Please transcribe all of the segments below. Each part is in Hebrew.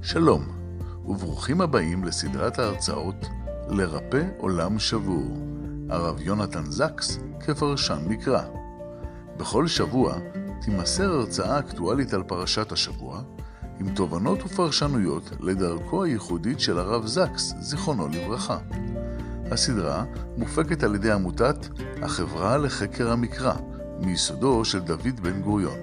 שלום, וברוכים הבאים לסדרת ההרצאות לרפא עולם שבור, הרב יונתן זקס כפרשן מקרא. בכל שבוע תימסר הרצאה אקטואלית על פרשת השבוע, עם תובנות ופרשנויות לדרכו הייחודית של הרב זקס, זיכרונו לברכה. הסדרה מופקת על ידי עמותת החברה לחקר המקרא, מיסודו של דוד בן גוריון.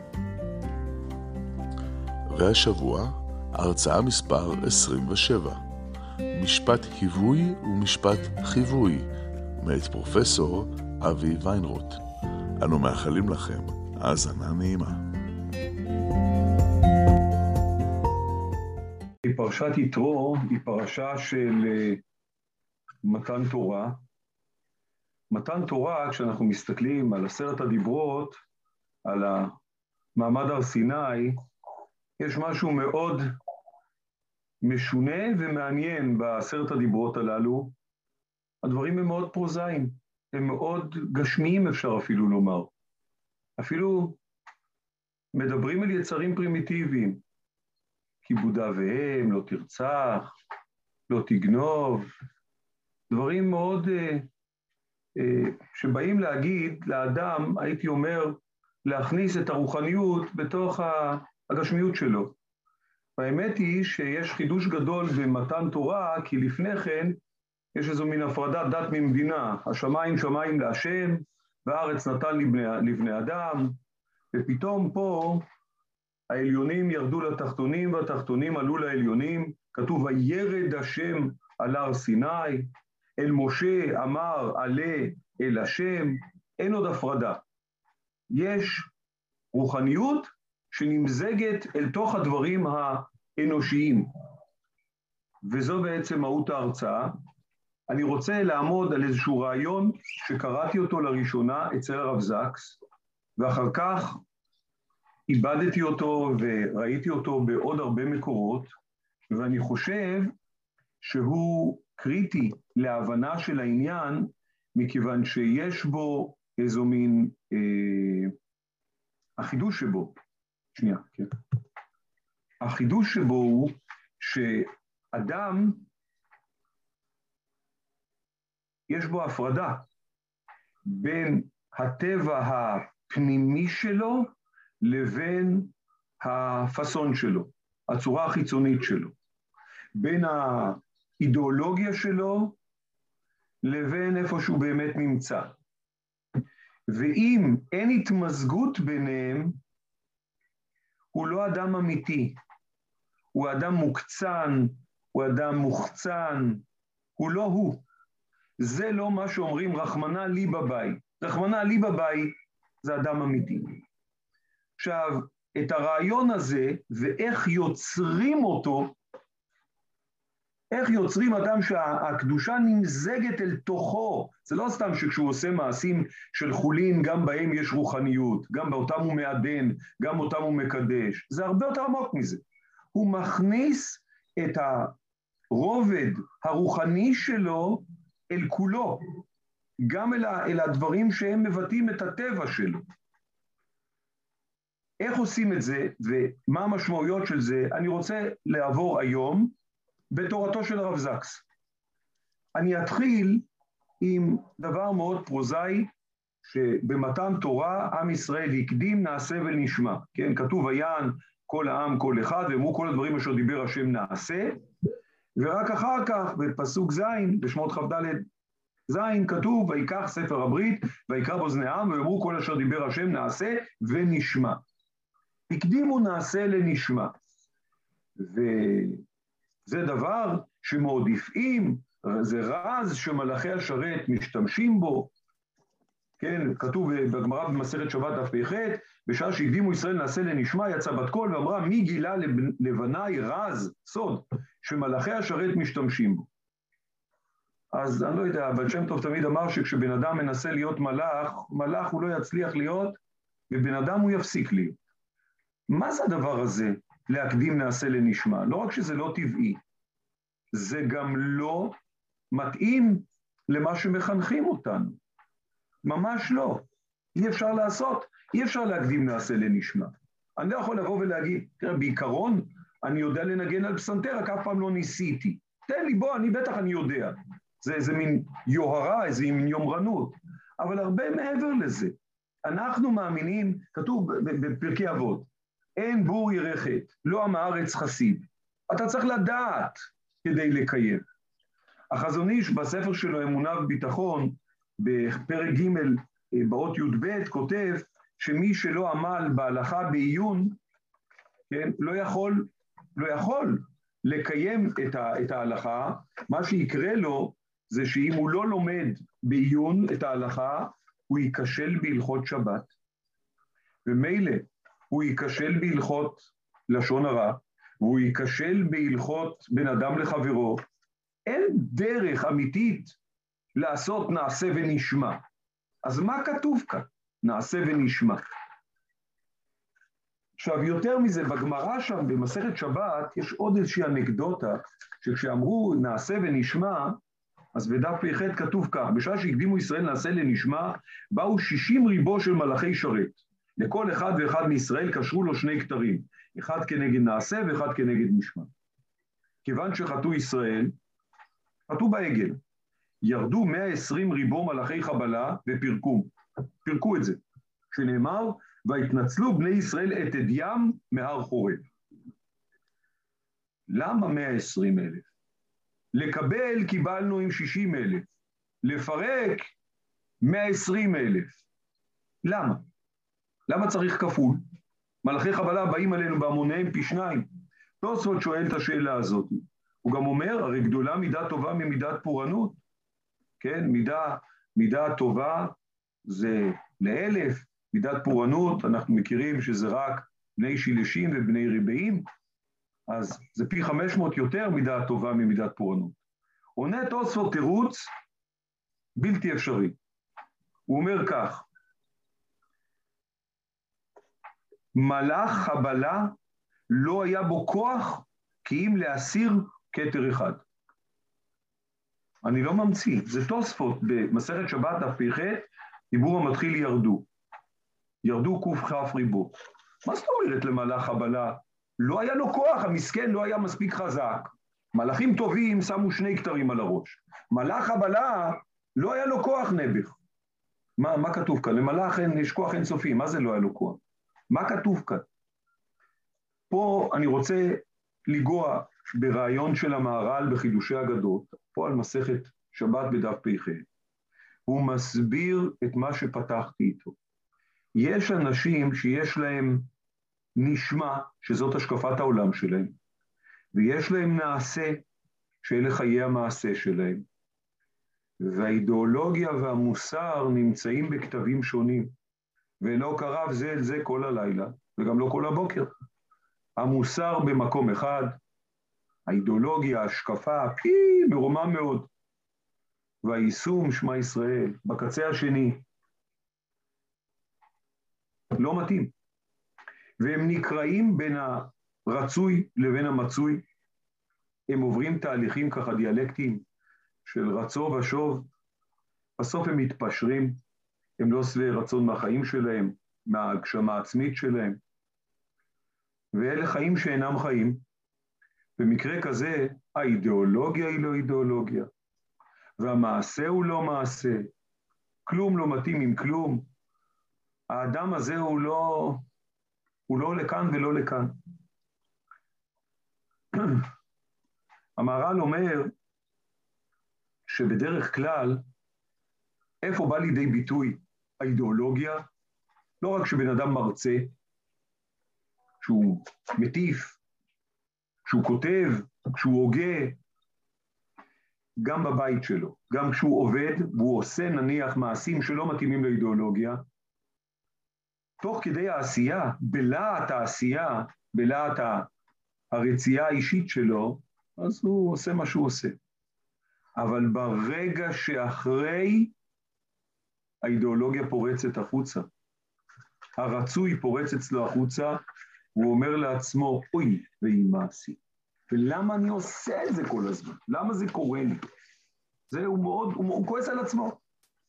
והשבוע, הרצאה מספר 27, משפט היווי ומשפט חיווי, מאת פרופסור אבי ויינרוט. אנו מאחלים לכם האזנה נעימה. פרשת יתרו היא פרשה של מתן תורה. מתן תורה, כשאנחנו מסתכלים על 10 הדיברות, על מעמד הר סיני, יש משהו מאוד משונה ומעניין ב10 הדיברות הללו. הדברים הם מאוד פרוזאיים, הם מאוד גשמיים אפשר אפילו לומר. אפילו מדברים על יצרים פרימיטיביים. כיבוד אב ואם, לא תרצח, לא תגנוב. דברים מאוד שבאים להגיד לאדם, הייתי אומר, להכניס את הרוחניות בתוך הגשמיות שלו. והאמת היא שיש חידוש גדול במתן תורה, כי לפני כן יש איזו מין הפרדת דת ממדינה. השמיים שמיים להשם, והארץ נתן לבני אדם, ופתאום פה העליונים ירדו לתחתונים, והתחתונים עלו לעליונים. כתוב, וירד השם על הר סיני, אל משה אמר עלה אל השם. אין עוד הפרדה. יש רוחניות שנמזגת אל תוך הדברים האנושיים. וזו בעצם מהות ההרצאה. אני רוצה לעמוד על איזשהו רעיון שקראתי אותו לראשונה אצל הרב זקס, ואחר כך איבדתי אותו וראיתי אותו בעוד הרבה מקורות, ואני חושב שהוא קריטי להבנה של העניין, מכיוון שיש בו איזו מין החידוש שבו, כן. החידוש שבו הוא שאדם, יש בו הפרדה בין הטבע הפנימי שלו לבין הפסון שלו, הצורה החיצונית שלו, בין האידיאולוגיה שלו לבין איפה שהוא באמת נמצא. ואם אין התמזגות ביניהם, הוא לא אדם אמיתי, הוא אדם מוקצן, הוא אדם מוחצן, הוא לא הוא. זה לא מה שאומרים רחמנא ליבא באי. רחמנא ליבא באי זה אדם אמיתי. עכשיו, את הרעיון הזה ואיך יוצרים אותו, איך יוצרים אדם שהקדושה נמזגת אל תוכו. זה לא סתם שכשהוא עושה מעשים של חולין, גם בהם יש רוחניות, גם באותם הוא מעדן, גם אותם הוא מקדש. זה הרבה יותר עמוק מזה. הוא מכניס את הרובד הרוחני שלו אל כולו, גם אל הדברים שהם מבטאים את הטבע שלו. איך עושים את זה ומה המשמעויות של זה, אני רוצה לעבור היום בתורתו של הרב זקס. אני אתחיל עם דבר מאוד פרוזאי, שבמתן תורה עם ישראל הקדים נעשה ונשמע. כן, כתוב ויען כל העם כל אחד, ואמרו כל הדברים אשר דיבר השם נעשה, ורק אחר כך בפסוק זין, בשמות כ"ד זין, כתוב ויקח ספר הברית, ויקרא באוזני העם, ואמרו כל אשר דיבר השם נעשה ונשמע. הקדימו נעשה לנשמע. וזה דבר שמאוד הפעים, זה רז שמלאכי השרת משתמשים בו. כן, כתוב בגמרא במסכת שבת דף פ"ח, בשעה שהקדימו ישראל נעשה לנשמע, יצא בת קול ואמרה מי גילה לבניי רז, סוד, שמלאכי השרת משתמשים בו. אז אני לא יודע, אבל שם טוב תמיד אמר שכשבן אדם מנסה להיות מלאך הוא לא יצליח להיות, ובן אדם הוא יפסיק להיות. מה זה הדבר הזה, להקדים נעשה לנשמע? לא רק שזה לא טבעי, זה גם לא מתאים למה שמחנכים אותנו. ממש לא. אי אפשר לעשות, אי אפשר להקדים נעשה לנשמע. אני לא יכול לבוא ולהגיד, תראה, בעיקרון, אני יודע לנגן על פסנתר, רק אף פעם לא ניסיתי. תן לי, בוא, אני יודע. זה מין יוהרה, זה מין יומרנות. אבל הרבה מעבר לזה. אנחנו מאמינים, כתוב בפרקי אבות, אין בור ירחת, לא עם הארץ חסיד. אתה צריך לדעת כדי לקיים. החזון איש בספר שלו אמונה וביטחון, בפרק ג' באות י"ב, כותב שמי שלא עמל בהלכה בעיון, כן, לא יכול לקיים את ההלכה. מה שיקרה לו זה שאם הוא לא לומד בעיון את ההלכה, הוא ייכשל בהלכות שבת, ומילא הוא ייכשל בהלכות לשון הרע, והוא ייכשל בהלכות בין אדם לחברו. אין דרך אמיתית לעשות נעשה ונשמע. אז מה כתוב כאן? נעשה ונשמע. עכשיו, יותר מזה, בגמרא שם, במסכת שבת, יש עוד איזושהי אנקדוטה, שכשאמרו נעשה ונשמע, אז בדף פ"ח כתוב כך, בשעה שהקדימו ישראל נעשה לנשמע, באו 60 ריבו של מלאכי שרת. לכל אחד ואחד מישראל קשרו לו 2 כתרים, אחד כנגד נעשה ואחד כנגד נשמע. כיוון שחטאו ישראל, חטאו בעגל. ירדו 120 ריבו מלאכי חבלה פירקו את זה, שנאמר, והתנצלו בני ישראל את אדים מהר חורב. למה 120,000? לקבל קיבלנו עם 60,000, לפרק 120,000. למה? למה צריך כפול? מלאכי חבלה באים עלינו בהמוניהם פי 2. תוספות שואל את השאלה הזאת. הוא גם אומר, הרי גדולה מידה טובה ממידת פורענות. כן, מידה טובה זה ל1,000, מידת פורענות, אנחנו מכירים שזה רק בני שילשים ובני ריבעים, אז זה פי 500 יותר מידה טובה ממידת פורענות. עונה תוספות תירוץ בלתי אפשרי. הוא אומר כך, מלאך חבלה לא היה בו כוח כי אם להסיר כתר אחד. אני לא ממציא, זה תוספות במסכת שבת דף פ"ח, דיבור המתחיל ירדו קכ"ף ריבו. מה זאת אומרת למלאך חבלה? לא היה לו כוח, המסכן לא היה מספיק חזק. מלאכים טובים שמו 2 כתרים על הראש. מלאך חבלה לא היה לו כוח נעבך. מה כתוב כאן? למלאך יש כוח אינסופי, מה זה לא היה לו כוח? מה כתוב כאן? פה אני רוצה לגוע ברעיון של המהר"ל בחידושי אגדות, פה על מסכת שבת בדף פ"ח. הוא מסביר את מה שפתחתי איתו. יש אנשים שיש להם נשמע, שזאת השקפת העולם שלהם, ויש להם נעשה, שאלה חיי המעשה שלהם. והאידיאולוגיה והמוסר נמצאים בכתבים שונים, ולא קרב זה אל זה כל הלילה, וגם לא כל הבוקר. המוסר במקום אחד, האידיאולוגיה, ההשקפה, מרומם מאוד. והיישום שמע ישראל, בקצה השני, לא מתאים. והם נקראים בין הרצוי לבין המצוי, הם עוברים תהליכים ככה דיאלקטיים של רצו ושוב, בסוף הם מתפשרים, הם לא שבעי רצון מהחיים שלהם, מההגשמה העצמית שלהם, ואלה חיים שאינם חיים. במקרה כזה, האידיאולוגיה היא לא אידיאולוגיה, והמעשה הוא לא מעשה, כלום לא מתאים עם כלום, האדם הזה הוא לא לכאן ולא לכאן. המהר"ל אומר שבדרך כלל, איפה בא לידי ביטוי האידיאולוגיה? לא רק שבן אדם מרצה, שהוא מטיף, שהוא כותב, שהוא הוגה, גם בבית שלו, גם כשהוא עובד והוא עושה נניח מעשים שלא מתאימים לאידיאולוגיה, תוך כדי העשייה, בלהט העשייה, בלהט הרצייה האישית שלו, אז הוא עושה מה שהוא עושה. אבל ברגע שאחרי, האידיאולוגיה פורצת החוצה. הרצוי פורץ אצלו החוצה, הוא אומר לעצמו, אוי, והיא מעשי. ולמה אני עושה את זה כל הזמן? למה זה קורה לי? הוא כועס על עצמו.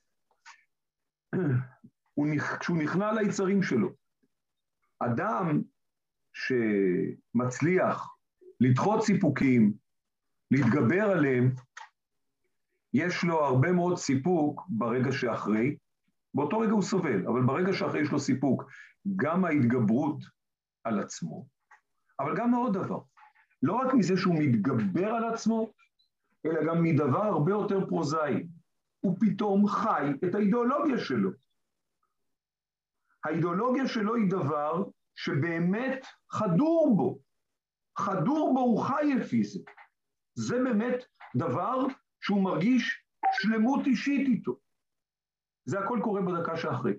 כשהוא נכנע ליצרים שלו. אדם שמצליח לדחות סיפוקים, להתגבר עליהם, יש לו הרבה מאוד סיפוק ברגע שאחרי, באותו רגע הוא סובל, אבל ברגע שאחרי יש לו סיפוק, גם ההתגברות על עצמו, אבל גם מעוד דבר, לא רק מזה שהוא מתגבר על עצמו, אלא גם מדבר הרבה יותר פרוזאי, הוא פתאום חי את האידיאולוגיה שלו. האידיאולוגיה שלו היא דבר שבאמת חדור בו, הוא חי לפי זה. זה באמת דבר שהוא מרגיש שלמות אישית איתו. זה הכל קורה בדקה שאחרי.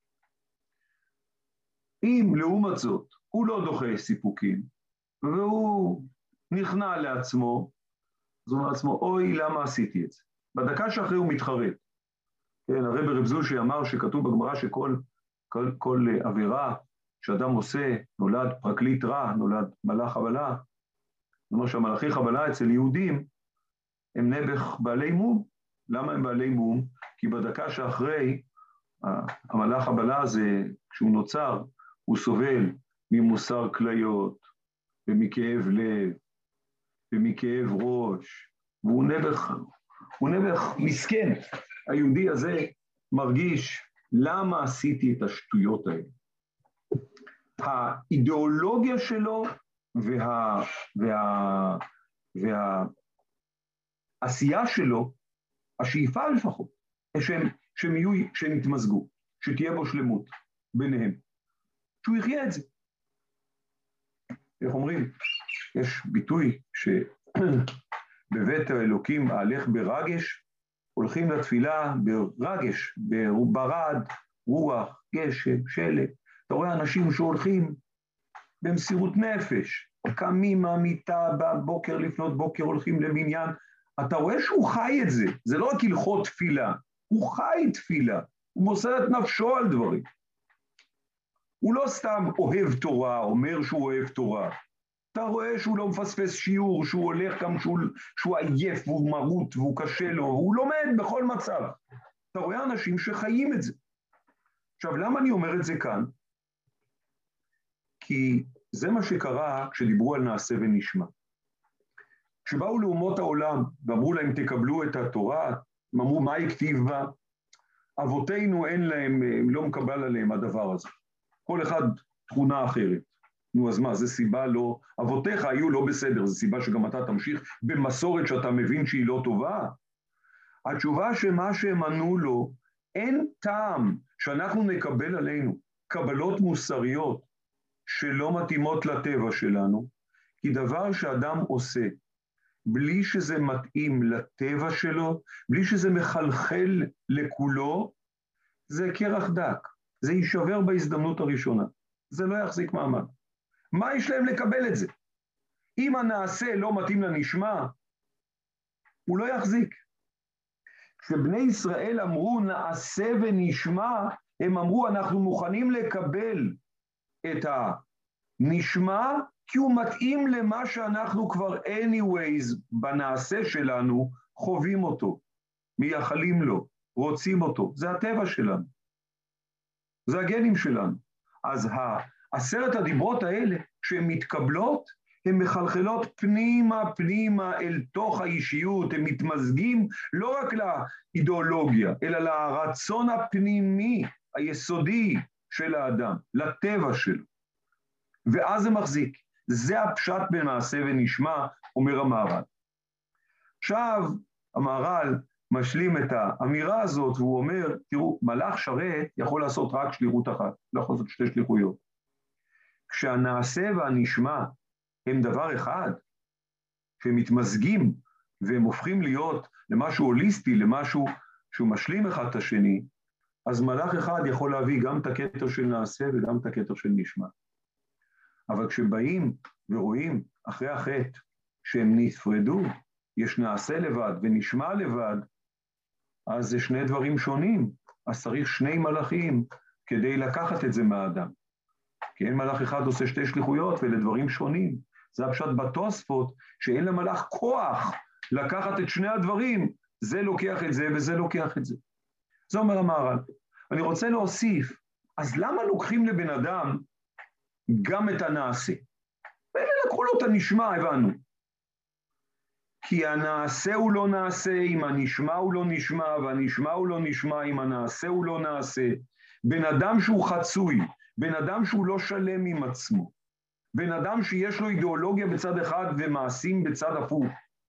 אם לעומת זאת הוא לא דוחה סיפוקים, והוא נכנע לעצמו, אז הוא אומר לעצמו, אוי, למה עשיתי את זה? בדקה שאחרי הוא מתחרט. כן, הרב רב זושי אמר שכתוב בגמרא כל עבירה שאדם עושה, נולד פרקליט רע, נולד מלאך חבלה. זאת אומרת שהמלאכי חבלה אצל יהודים הם נעבך בעלי מום. למה הם בעלי מום? כי בדקה שאחרי המלאך חבלה הזה, כשהוא נוצר, הוא סובל ממוסר כליות, ומכאב לב, ומכאב ראש, והוא נעבך מסכן. היהודי הזה מרגיש, למה עשיתי את השטויות האלה? האידיאולוגיה שלו והעשייה שלו, השאיפה לפחות, שהם יתמזגו, שתהיה בו שלמות ביניהם, שהוא יחיה את זה. איך אומרים? יש ביטוי שבבית האלוקים ההלך ברגש, הולכים לתפילה ברגש, ברד, רוח, גשם, שלג. אתה רואה אנשים שהולכים במסירות נפש, קמים מהמיטה בבוקר, לפנות בוקר, הולכים למניין, אתה רואה שהוא חי את זה, זה לא רק הלכות תפילה, הוא חי תפילה, הוא מוסר את נפשו על דברים. הוא לא סתם אוהב תורה, אומר שהוא אוהב תורה, אתה רואה שהוא לא מפספס שיעור, שהוא הולך גם שהוא עייף והוא מרות והוא קשה לו, הוא לומד בכל מצב. אתה רואה אנשים שחיים את זה. עכשיו, למה אני אומר את זה כאן? כי זה מה שקרה כשדיברו על נעשה ונשמע. כשבאו לאומות העולם ואמרו להם תקבלו את התורה, הם אמרו מה יכתיב בה? אבותינו אין להם, לא מקבל עליהם הדבר הזה. כל אחד תכונה אחרת. נו, אז מה, זה סיבה לא... אבותיך היו לא בסדר, זו סיבה שגם אתה תמשיך במסורת שאתה מבין שהיא לא טובה? התשובה שמה שהם ענו לו, אין טעם שאנחנו נקבל עלינו קבלות מוסריות שלא מתאימות לטבע שלנו, כי דבר שאדם עושה, בלי שזה מתאים לטבע שלו, בלי שזה מחלחל לכולו, זה קרח דק, זה יישבר בהזדמנות הראשונה, זה לא יחזיק מעמד. מה יש להם לקבל את זה? אם הנעשה לא מתאים לנשמע, הוא לא יחזיק. כשבני ישראל אמרו נעשה ונשמע, הם אמרו אנחנו מוכנים לקבל את הנשמע, כי הוא מתאים למה שאנחנו כבר anyways בנעשה שלנו חווים אותו, מייחלים לו, רוצים אותו, זה הטבע שלנו, זה הגנים שלנו. אז 10 הדיברות האלה שהן מתקבלות, הן מחלחלות פנימה אל תוך האישיות, הן מתמזגים לא רק לאידיאולוגיה, אלא לרצון הפנימי, היסודי של האדם, לטבע שלו. ואז זה מחזיק. זה הפשט בנעשה ונשמע, אומר המהר"ל. עכשיו, המהר"ל משלים את האמירה הזאת, והוא אומר, תראו, מלאך שרת יכול לעשות רק שליחות אחת, לא יכול לעשות 2 שליחויות. כשהנעשה והנשמע הם דבר אחד, שהם מתמזגים, והם הופכים להיות למשהו הוליסטי, למשהו שהוא משלים אחד את השני, אז מלאך אחד יכול להביא גם את הכתר של נעשה וגם את הכתר של נשמע. אבל כשבאים ורואים אחרי החטא שהם נפרדו, יש נעשה לבד ונשמע לבד, אז זה 2 דברים שונים, אז צריך 2 מלאכים כדי לקחת את זה מהאדם. כי אין מלאך אחד עושה 2 שליחויות ולדברים שונים. זה הפשט בתוספות שאין למלאך כוח לקחת את 2 הדברים, זה לוקח את זה וזה לוקח את זה. זה אומר המהר"ל. אני רוצה להוסיף, אז למה לוקחים לבן אדם גם את הנעשה? מילא לקחו לו את הנשמע, הבנו. כי הנעשה הוא לא נעשה, אם הנשמע הוא לא נשמע, והנשמע הוא לא נשמע, אם הנעשה הוא לא נעשה. בן אדם שהוא חצוי, בן אדם שהוא לא שלם עם עצמו, בן אדם שיש לו אידיאולוגיה בצד אחד ומעשים בצד הפוך.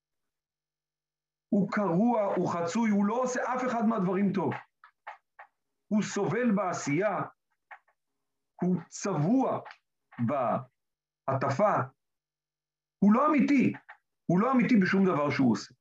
הוא קרוע, הוא חצוי, הוא לא עושה אף אחד מהדברים טוב. הוא סובל בעשייה, הוא צבוע בהטפה, הוא לא אמיתי, הוא לא אמיתי בשום דבר שהוא עושה.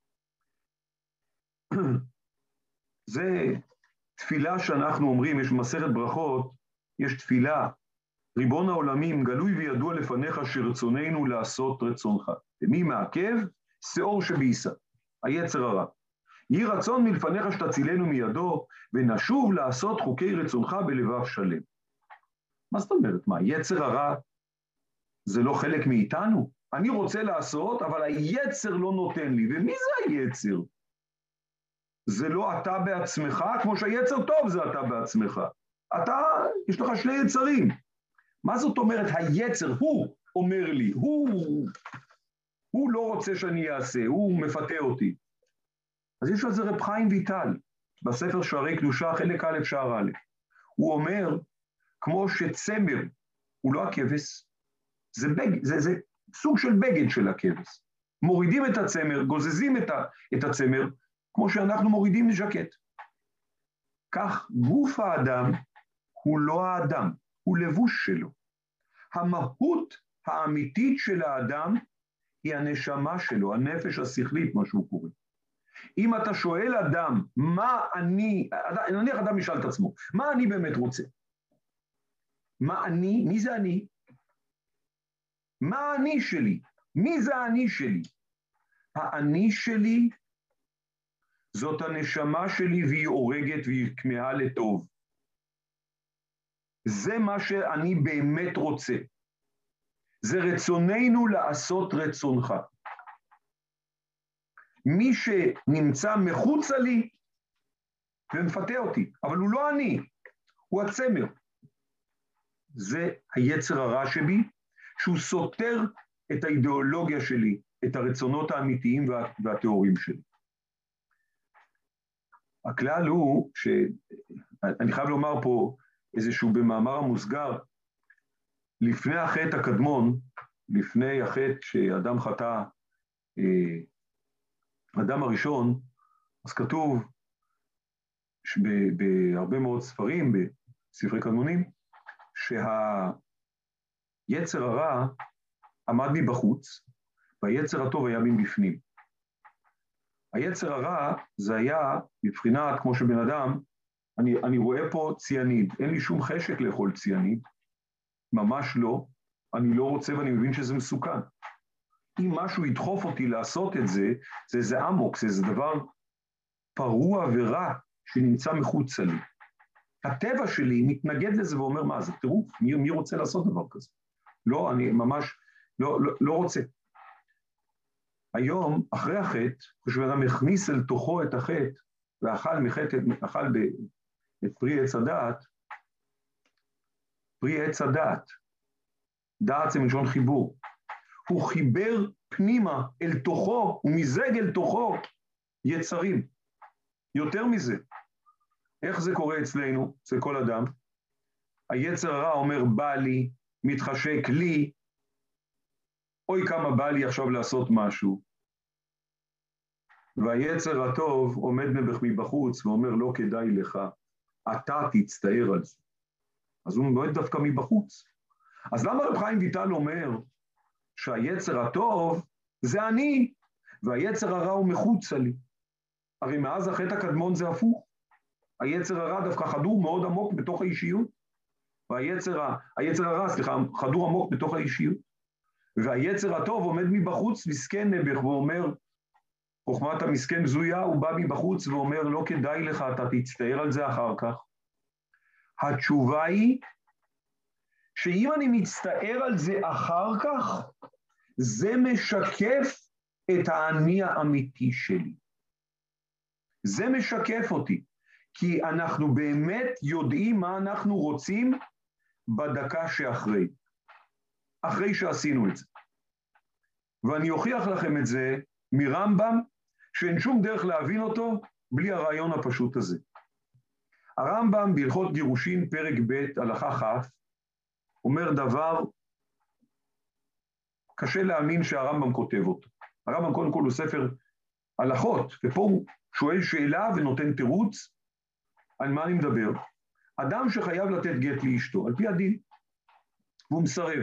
זה תפילה שאנחנו אומרים, יש במסכת ברכות, יש תפילה, ריבון העולמים, גלוי וידוע לפניך שרצוננו לעשות רצונך. ומי מעכב? שאור שבעיסה, היצר הרע. יהי רצון מלפניך שתצילנו מידו, ונשוב לעשות חוקי רצונך בלבב שלם. מה זאת אומרת? מה, יצר הרע זה לא חלק מאיתנו? אני רוצה לעשות, אבל היצר לא נותן לי. ומי זה היצר? זה לא אתה בעצמך, כמו שהיצר טוב זה אתה בעצמך. אתה, יש לך שני יצרים. מה זאת אומרת היצר? הוא אומר לי, הוא לא רוצה שאני אעשה, הוא מפתה אותי. אז יש על זה רב חיים ויטל, בספר שערי קדושה, חלק א' שער א'. הוא אומר, כמו שצמר הוא לא הכבש, זה סוג של בגד של הכבש. מורידים את הצמר, גוזזים את הצמר, כמו שאנחנו מורידים ז'קט. כך גוף האדם הוא לא האדם, הוא לבוש שלו. המהות האמיתית של האדם היא הנשמה שלו, הנפש השכלית, מה שהוא קורא. אם אתה שואל אדם, מה אני, נניח אדם ישאל את עצמו, מה אני באמת רוצה? מה אני? מי זה אני? מה אני שלי? מי זה האני שלי? האני שלי זאת הנשמה שלי והיא הורגת והיא כמהה לטוב. זה מה שאני באמת רוצה. זה רצוננו לעשות רצונך. מי שנמצא מחוצה לי ומפתה אותי, אבל הוא לא אני, הוא הצמר. זה היצר הרע שבי, שהוא סותר את האידיאולוגיה שלי, את הרצונות האמיתיים והטהורים שלי. הכלל הוא שאני חייב לומר פה איזשהו במאמר המוסגר, לפני החטא הקדמון, לפני החטא שאדם חטא, אדם הראשון, אז כתוב בהרבה מאוד ספרים, בספרי קדמונים, שהיצר הרע עמד מבחוץ, והיצר הטוב היה מבפנים. היצר הרע זה היה מבחינת, כמו שבן אדם, אני רואה פה ציאניד, אין לי שום חשק לאכול ציאניד, ממש לא, אני לא רוצה ואני מבין שזה מסוכן. אם משהו ידחוף אותי לעשות את זה, זה איזה אמוק, זה איזה דבר פרוע ורע שנמצא מחוץ לי. הטבע שלי מתנגד לזה ואומר, מה, זה טירוף, מי רוצה לעשות דבר כזה? לא, אני ממש לא רוצה. היום, אחרי החטא, כשאדם הכניס אל תוכו את החטא, ואכל את פרי עץ הדעת, פרי עץ הדעת, דעת זה מלשון חיבור, הוא חיבר פנימה אל תוכו, הוא מיזג אל תוכו יצרים. יותר מזה, איך זה קורה אצלנו, אצל כל אדם? היצר הרע אומר, בא לי, מתחשק לי, אוי כמה בא לי עכשיו לעשות משהו. והיצר הטוב עומד נבח מבחוץ ואומר, לא כדאי לך, אתה תצטער על זה. אז הוא עומד דווקא מבחוץ. אז למה רב חיים ויטל אומר שהיצר הטוב זה אני, והיצר הרע הוא מחוצה לי? הרי מאז החטא הקדמון זה הפוך. היצר הרע דווקא חדור מאוד עמוק בתוך האישיות, היצר הרע, חדור עמוק בתוך האישיות. והיצר הטוב עומד מבחוץ, מסכן נבח, ואומר, חוכמת המסכן זויה, הוא בא מבחוץ ואומר, לא כדאי לך, אתה תצטער על זה אחר כך. התשובה היא, שאם אני מצטער על זה אחר כך, זה משקף את האני האמיתי שלי. זה משקף אותי, כי אנחנו באמת יודעים מה אנחנו רוצים בדקה שאחרי. אחרי שעשינו את זה. ואני אוכיח לכם את זה מרמב"ם, שאין שום דרך להבין אותו בלי הרעיון הפשוט הזה. הרמב"ם בהלכות גירושין פרק ב' הלכה כ' אומר דבר קשה להאמין שהרמב"ם כותב אותו. הרמב"ם קודם כל הוא ספר הלכות, ופה הוא שואל שאלה ונותן תירוץ על מה אני מדבר. אדם שחייב לתת גט לאשתו, על פי הדין, והוא מסרב.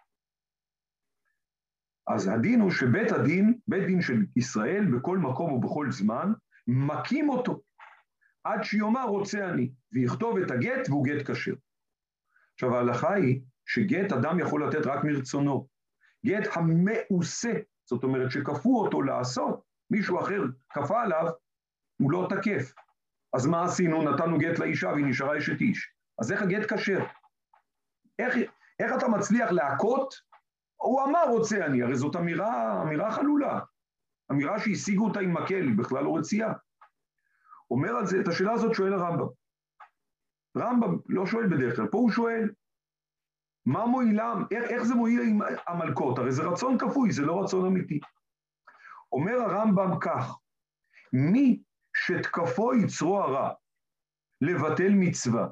אז הדין הוא שבית הדין, בית דין של ישראל, בכל מקום ובכל זמן, מקים אותו, עד שיאמר רוצה אני, ויכתוב את הגט והוא גט כשר. עכשיו ההלכה היא שגט אדם יכול לתת רק מרצונו. גט המעושה, זאת אומרת שכפו אותו לעשות, מישהו אחר כפה עליו, הוא לא תקף. אז מה עשינו? נתנו גט לאישה והיא נשארה אשת איש. אז איך הגט כשר? איך אתה מצליח להכות? הוא אמר רוצה אני, הרי זאת אמירה חלולה. אמירה שהשיגו אותה עם מקל, היא בכלל לא רצייה. אומר על זה, את השאלה הזאת שואל הרמב"ם. רמב"ם לא שואל בדרך כלל, פה הוא שואל, מה מועילם, איך זה מועיל עם המלכות? הרי זה רצון כפוי, זה לא רצון אמיתי. אומר הרמב"ם כך, מי שתקפו יצרו הרע לבטל מצווה,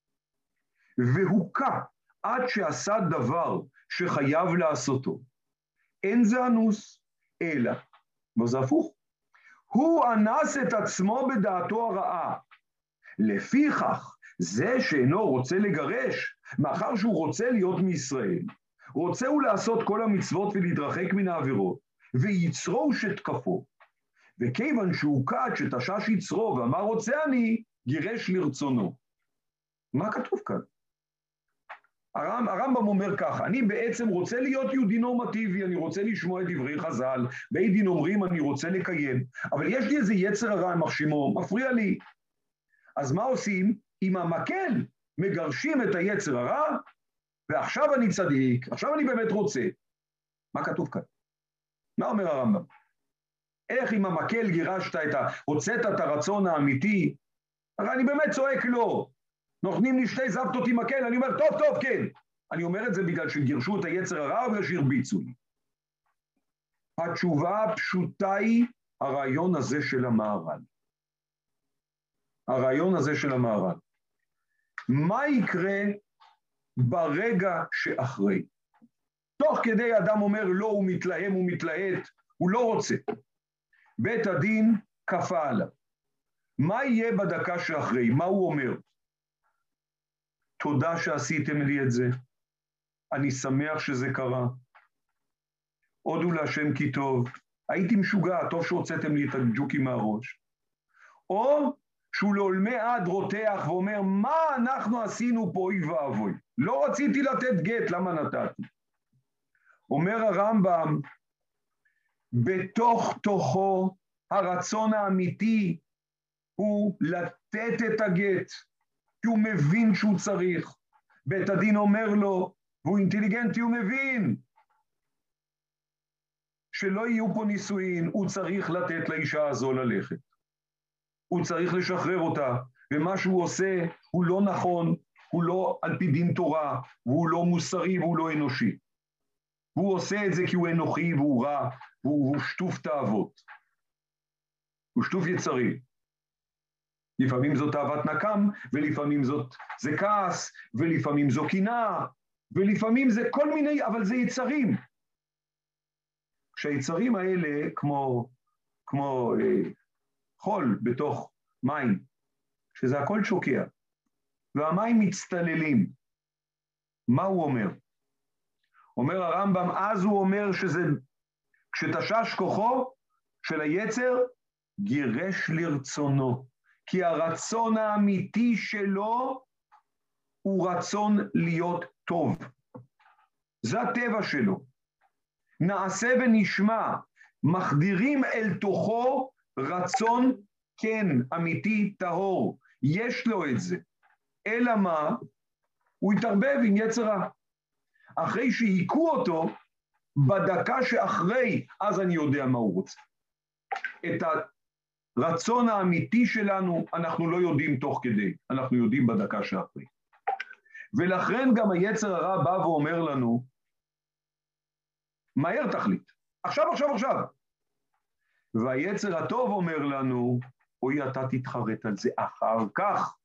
והוקע עד שעשה דבר שחייב לעשותו, אין זה אנוס, אלא, וזה הפוך, הוא אנס את עצמו בדעתו הרעה. לפיכך, זה שאינו רוצה לגרש, מאחר שהוא רוצה להיות מישראל, רוצה הוא לעשות כל המצוות ולהתרחק מן העבירות, ויצרו שתקפו. וכיוון שהוא קד שתשש יצרו ואמר רוצה אני, גירש לרצונו. מה כתוב כאן? הרמב"ם אומר ככה, אני בעצם רוצה להיות יהודי נורמטיבי, אני רוצה לשמוע את דברי חז"ל, בית דין אומרים אני רוצה לקיים, אבל יש לי איזה יצר הרע מחשימו, מפריע לי. אז מה עושים? עם המקל מגרשים את היצר הרע, ועכשיו אני צדיק, עכשיו אני באמת רוצה. מה כתוב כאן? מה אומר הרמב"ם? איך עם המקל גירשת הוצאת את הרצון האמיתי? הרי אני באמת צועק לא. נותנים לי שתי זבתות עם מקל, אני אומר טוב, כן. אני אומר את זה בגלל שגירשו את היצר הרע או בגלל שהרביצו לי. התשובה הפשוטה היא הרעיון הזה של המהר"ל. הרעיון הזה של המהר"ל. מה יקרה ברגע שאחרי? תוך כדי אדם אומר לא, הוא מתלהם, הוא מתלהט, הוא לא רוצה. בית הדין כפה עליו. מה יהיה בדקה שאחרי? מה הוא אומר? תודה שעשיתם לי את זה. אני שמח שזה קרה. הודו להשם כי טוב. הייתי משוגע, טוב שהוצאתם לי את הג'וקים מהראש. או שהוא לעולמי עד רותח ואומר, מה אנחנו עשינו פה אוי ואבוי? לא רציתי לתת גט, למה נתתי? אומר הרמב"ם, בתוך תוכו הרצון האמיתי הוא לתת את הגט, כי הוא מבין שהוא צריך. בית הדין אומר לו, והוא אינטליגנטי, הוא מבין שלא יהיו פה נישואין, הוא צריך לתת לאישה הזו ללכת. הוא צריך לשחרר אותה, ומה שהוא עושה הוא לא נכון, הוא לא על פי דין תורה, והוא לא מוסרי והוא לא אנושי. הוא עושה את זה כי הוא אנוכי והוא רע, והוא שטוף תאוות. הוא שטוף יצרי. לפעמים זאת תאוות נקם, ולפעמים זה כעס, ולפעמים זו קנאה, ולפעמים זה כל מיני, אבל זה יצרים. כשהיצרים האלה, כמו חול בתוך מים, שזה הכל שוקע, והמים מצטללים, מה הוא אומר? אומר הרמב"ם, אז הוא אומר שזה, כשתשש כוחו של היצר, גירש לרצונו, כי הרצון האמיתי שלו הוא רצון להיות טוב. זה הטבע שלו. נעשה ונשמע, מחדירים אל תוכו רצון כן, אמיתי, טהור. יש לו את זה. אלא מה? הוא התערבב עם יצר רע. אחרי שהיכו אותו, בדקה שאחרי, אז אני יודע מה הוא רוצה. את הרצון האמיתי שלנו, אנחנו לא יודעים תוך כדי, אנחנו יודעים בדקה שאחרי. ולכן גם היצר הרע בא ואומר לנו, מהר תחליט. עכשיו, עכשיו, עכשיו. והיצר הטוב אומר לנו, אוי, אתה תתחרט על זה אחר כך.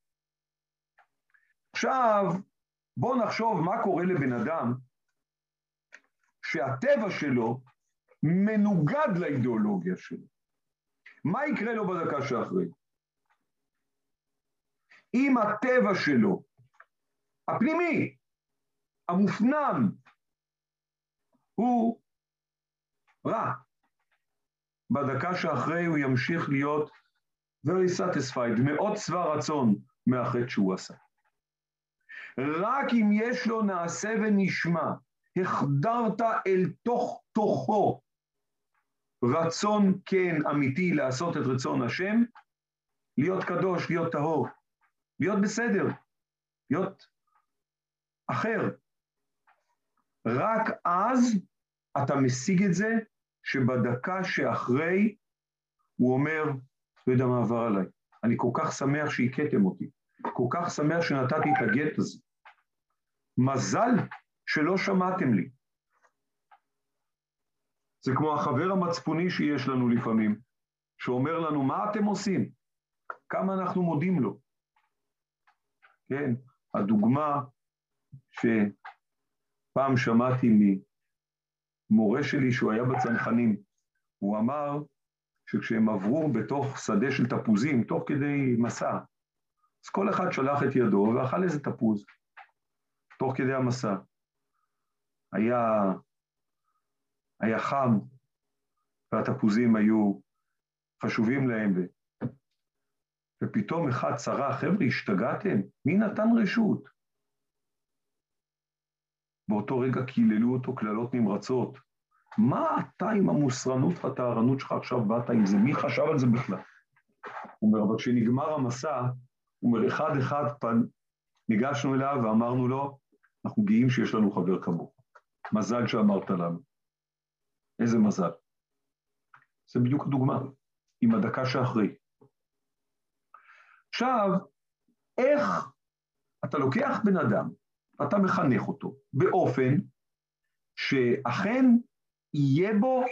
עכשיו, בואו נחשוב מה קורה לבן אדם שהטבע שלו מנוגד לאידיאולוגיה שלו. מה יקרה לו בדקה שאחרי? אם הטבע שלו, הפנימי, המופנם, הוא רע, בדקה שאחרי הוא ימשיך להיות very satisfied, מאוד שבע רצון מהחטא שהוא עשה. רק אם יש לו נעשה ונשמע, החדרת אל תוך תוכו רצון כן אמיתי לעשות את רצון השם, להיות קדוש, להיות טהור, להיות בסדר, להיות אחר. רק אז אתה משיג את זה שבדקה שאחרי הוא אומר, לא יודע מה עבר עליי, אני כל כך שמח שהכיתם אותי, כל כך שמח שנתתי את הגט הזה. מזל שלא שמעתם לי. זה כמו החבר המצפוני שיש לנו לפעמים, שאומר לנו, מה אתם עושים? כמה אנחנו מודים לו. כן, הדוגמה שפעם שמעתי ממורה שלי שהוא היה בצנחנים, הוא אמר שכשהם עברו בתוך שדה של תפוזים, תוך כדי מסע, אז כל אחד שלח את ידו ואכל איזה תפוז, תוך כדי המסע. היה חם, והתפוזים היו חשובים להם, ופתאום אחד צרח, חבר'ה, השתגעתם? מי נתן רשות? באותו רגע קיללו אותו קללות נמרצות. מה אתה עם המוסרנות והטהרנות שלך עכשיו באת עם זה? מי חשב על זה בכלל? הוא אומר, אבל כשנגמר המסע, הוא אומר, אחד ניגשנו אליו ואמרנו לו, אנחנו גאים שיש לנו חבר כמוך. מזל שאמרת לנו. איזה מזל. זה בדיוק הדוגמה, עם הדקה שאחרי. עכשיו, איך אתה לוקח בן אדם, ואתה מחנך אותו, באופן שאכן יהיה בו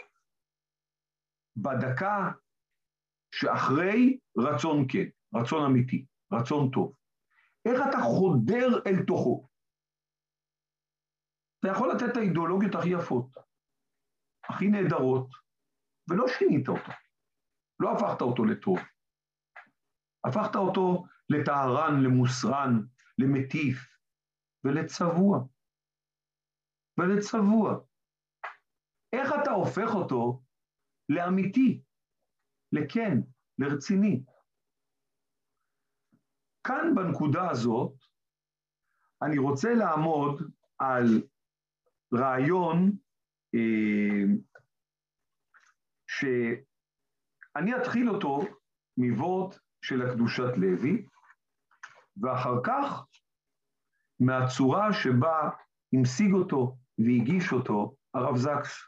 בדקה שאחרי רצון כן, רצון אמיתי, רצון טוב. איך אתה חודר אל תוכו? אתה יכול לתת את האידיאולוגיות הכי יפות, הכי נהדרות, ולא שינית אותו. לא הפכת אותו לטוב. הפכת אותו לטהרן, למוסרן, למטיף, ולצבוע. ולצבוע. איך אתה הופך אותו לאמיתי, לכן, לרציני? כאן בנקודה הזאת, אני רוצה לעמוד על רעיון שאני אתחיל אותו מבואות של הקדושת לוי, ואחר כך מהצורה שבה המשיג אותו והגיש אותו הרב זקס.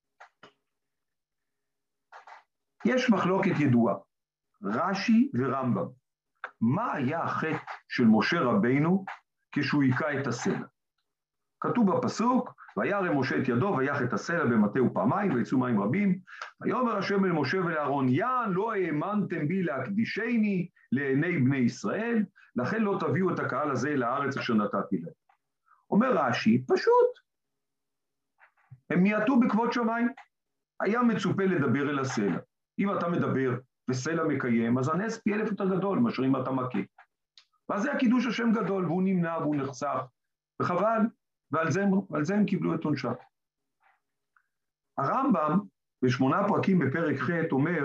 יש מחלוקת ידועה, רש"י ורמב"ם. מה היה החטא של משה רבינו כשהוא היכה את הסלע? כתוב בפסוק, וירא משה את ידו ויך את הסלע במטהו פעמיים ויצאו מים רבים, ויאמר השם אל משה ולאהרון, יען לא האמנתם בי להקדישני לעיני בני ישראל, לכן לא תביאו את הקהל הזה לארץ אשר נתתי להם. אומר רש"י, פשוט, הם מיעטו בכבוד שמיים, היה מצופה לדבר אל הסלע. אם אתה מדבר וסלע מקיים, אז הנס פי אלף יותר גדול מאשר אם אתה מכה. ואז זה הקידוש השם גדול, והוא נמנע והוא נחסך, וחבל, ועל זה הם קיבלו את עונשם. הרמב"ם, ב8 פרקים בפרק ח' אומר,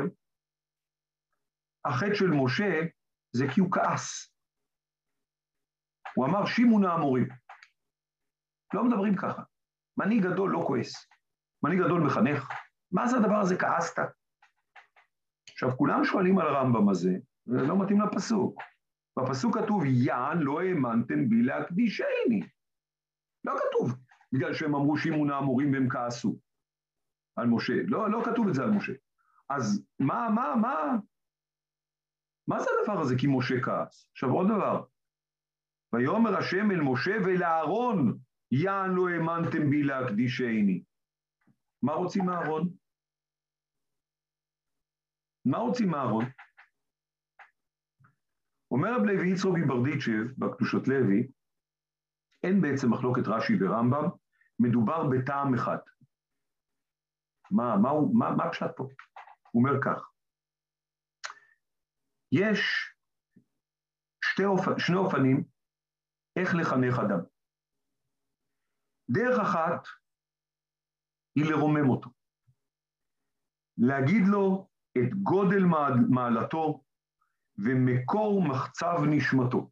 החטא של משה זה כי הוא כעס. הוא אמר, שימו האמורים. לא מדברים ככה. מנהיג גדול לא כועס. מנהיג גדול מחנך. מה זה הדבר הזה כעסת? עכשיו, כולם שואלים על הרמב"ם הזה, זה לא מתאים לפסוק. בפסוק כתוב, יען לא האמנתם בי להקדישני. לא כתוב, בגלל שהם אמרו שימו האמורים והם כעסו על משה. לא כתוב את זה על משה. אז מה זה הדבר הזה כי משה כעס? עכשיו עוד דבר. ויאמר השם אל משה ולאהרון, יען לא האמנתם בי להקדישני. מה רוצים מהארון? מה רוצים מהארון? אומר רב לוי יצחק מברדיצ'ב בקדושות לוי, אין בעצם מחלוקת רש"י ורמב"ם, מדובר בטעם אחד. מה הפשט פה? הוא אומר כך, יש שני אופנים איך לחנך אדם. דרך אחת היא לרומם אותו, להגיד לו את גודל מעלתו ומקור מחצב נשמתו,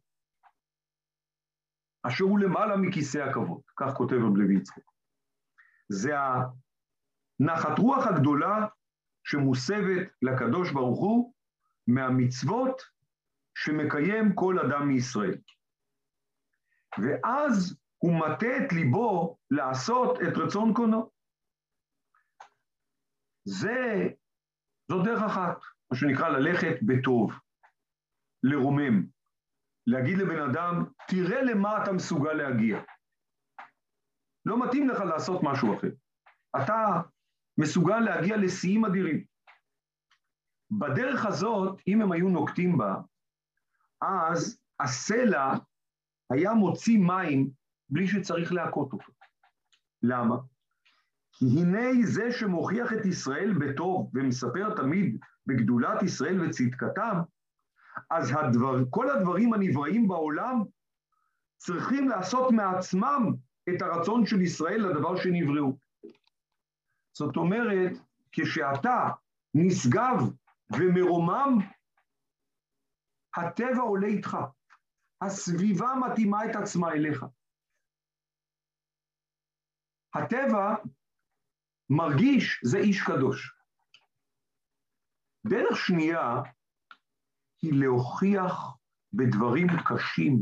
אשר הוא למעלה מכיסא הכבוד, כך כותב רב לוי יצחק. זה הנחת רוח הגדולה שמוסבת לקדוש ברוך הוא מהמצוות שמקיים כל אדם מישראל. ואז הוא מטה את ליבו לעשות את רצון קונו. זו דרך אחת, מה שנקרא ללכת בטוב, לרומם, להגיד לבן אדם, תראה למה אתה מסוגל להגיע. לא מתאים לך לעשות משהו אחר. אתה מסוגל להגיע לשיאים אדירים. בדרך הזאת, אם הם היו נוקטים בה, אז הסלע היה מוציא מים בלי שצריך להכות אותו. למה? כי הנה זה שמוכיח את ישראל בטוב ומספר תמיד בגדולת ישראל וצדקתם, אז כל הדברים הנבראים בעולם צריכים לעשות מעצמם את הרצון של ישראל לדבר שנבראו. זאת אומרת, כשאתה נשגב ומרומם, הטבע עולה איתך, הסביבה מתאימה את עצמה אליך. הטבע מרגיש זה איש קדוש. דרך שנייה היא להוכיח בדברים קשים,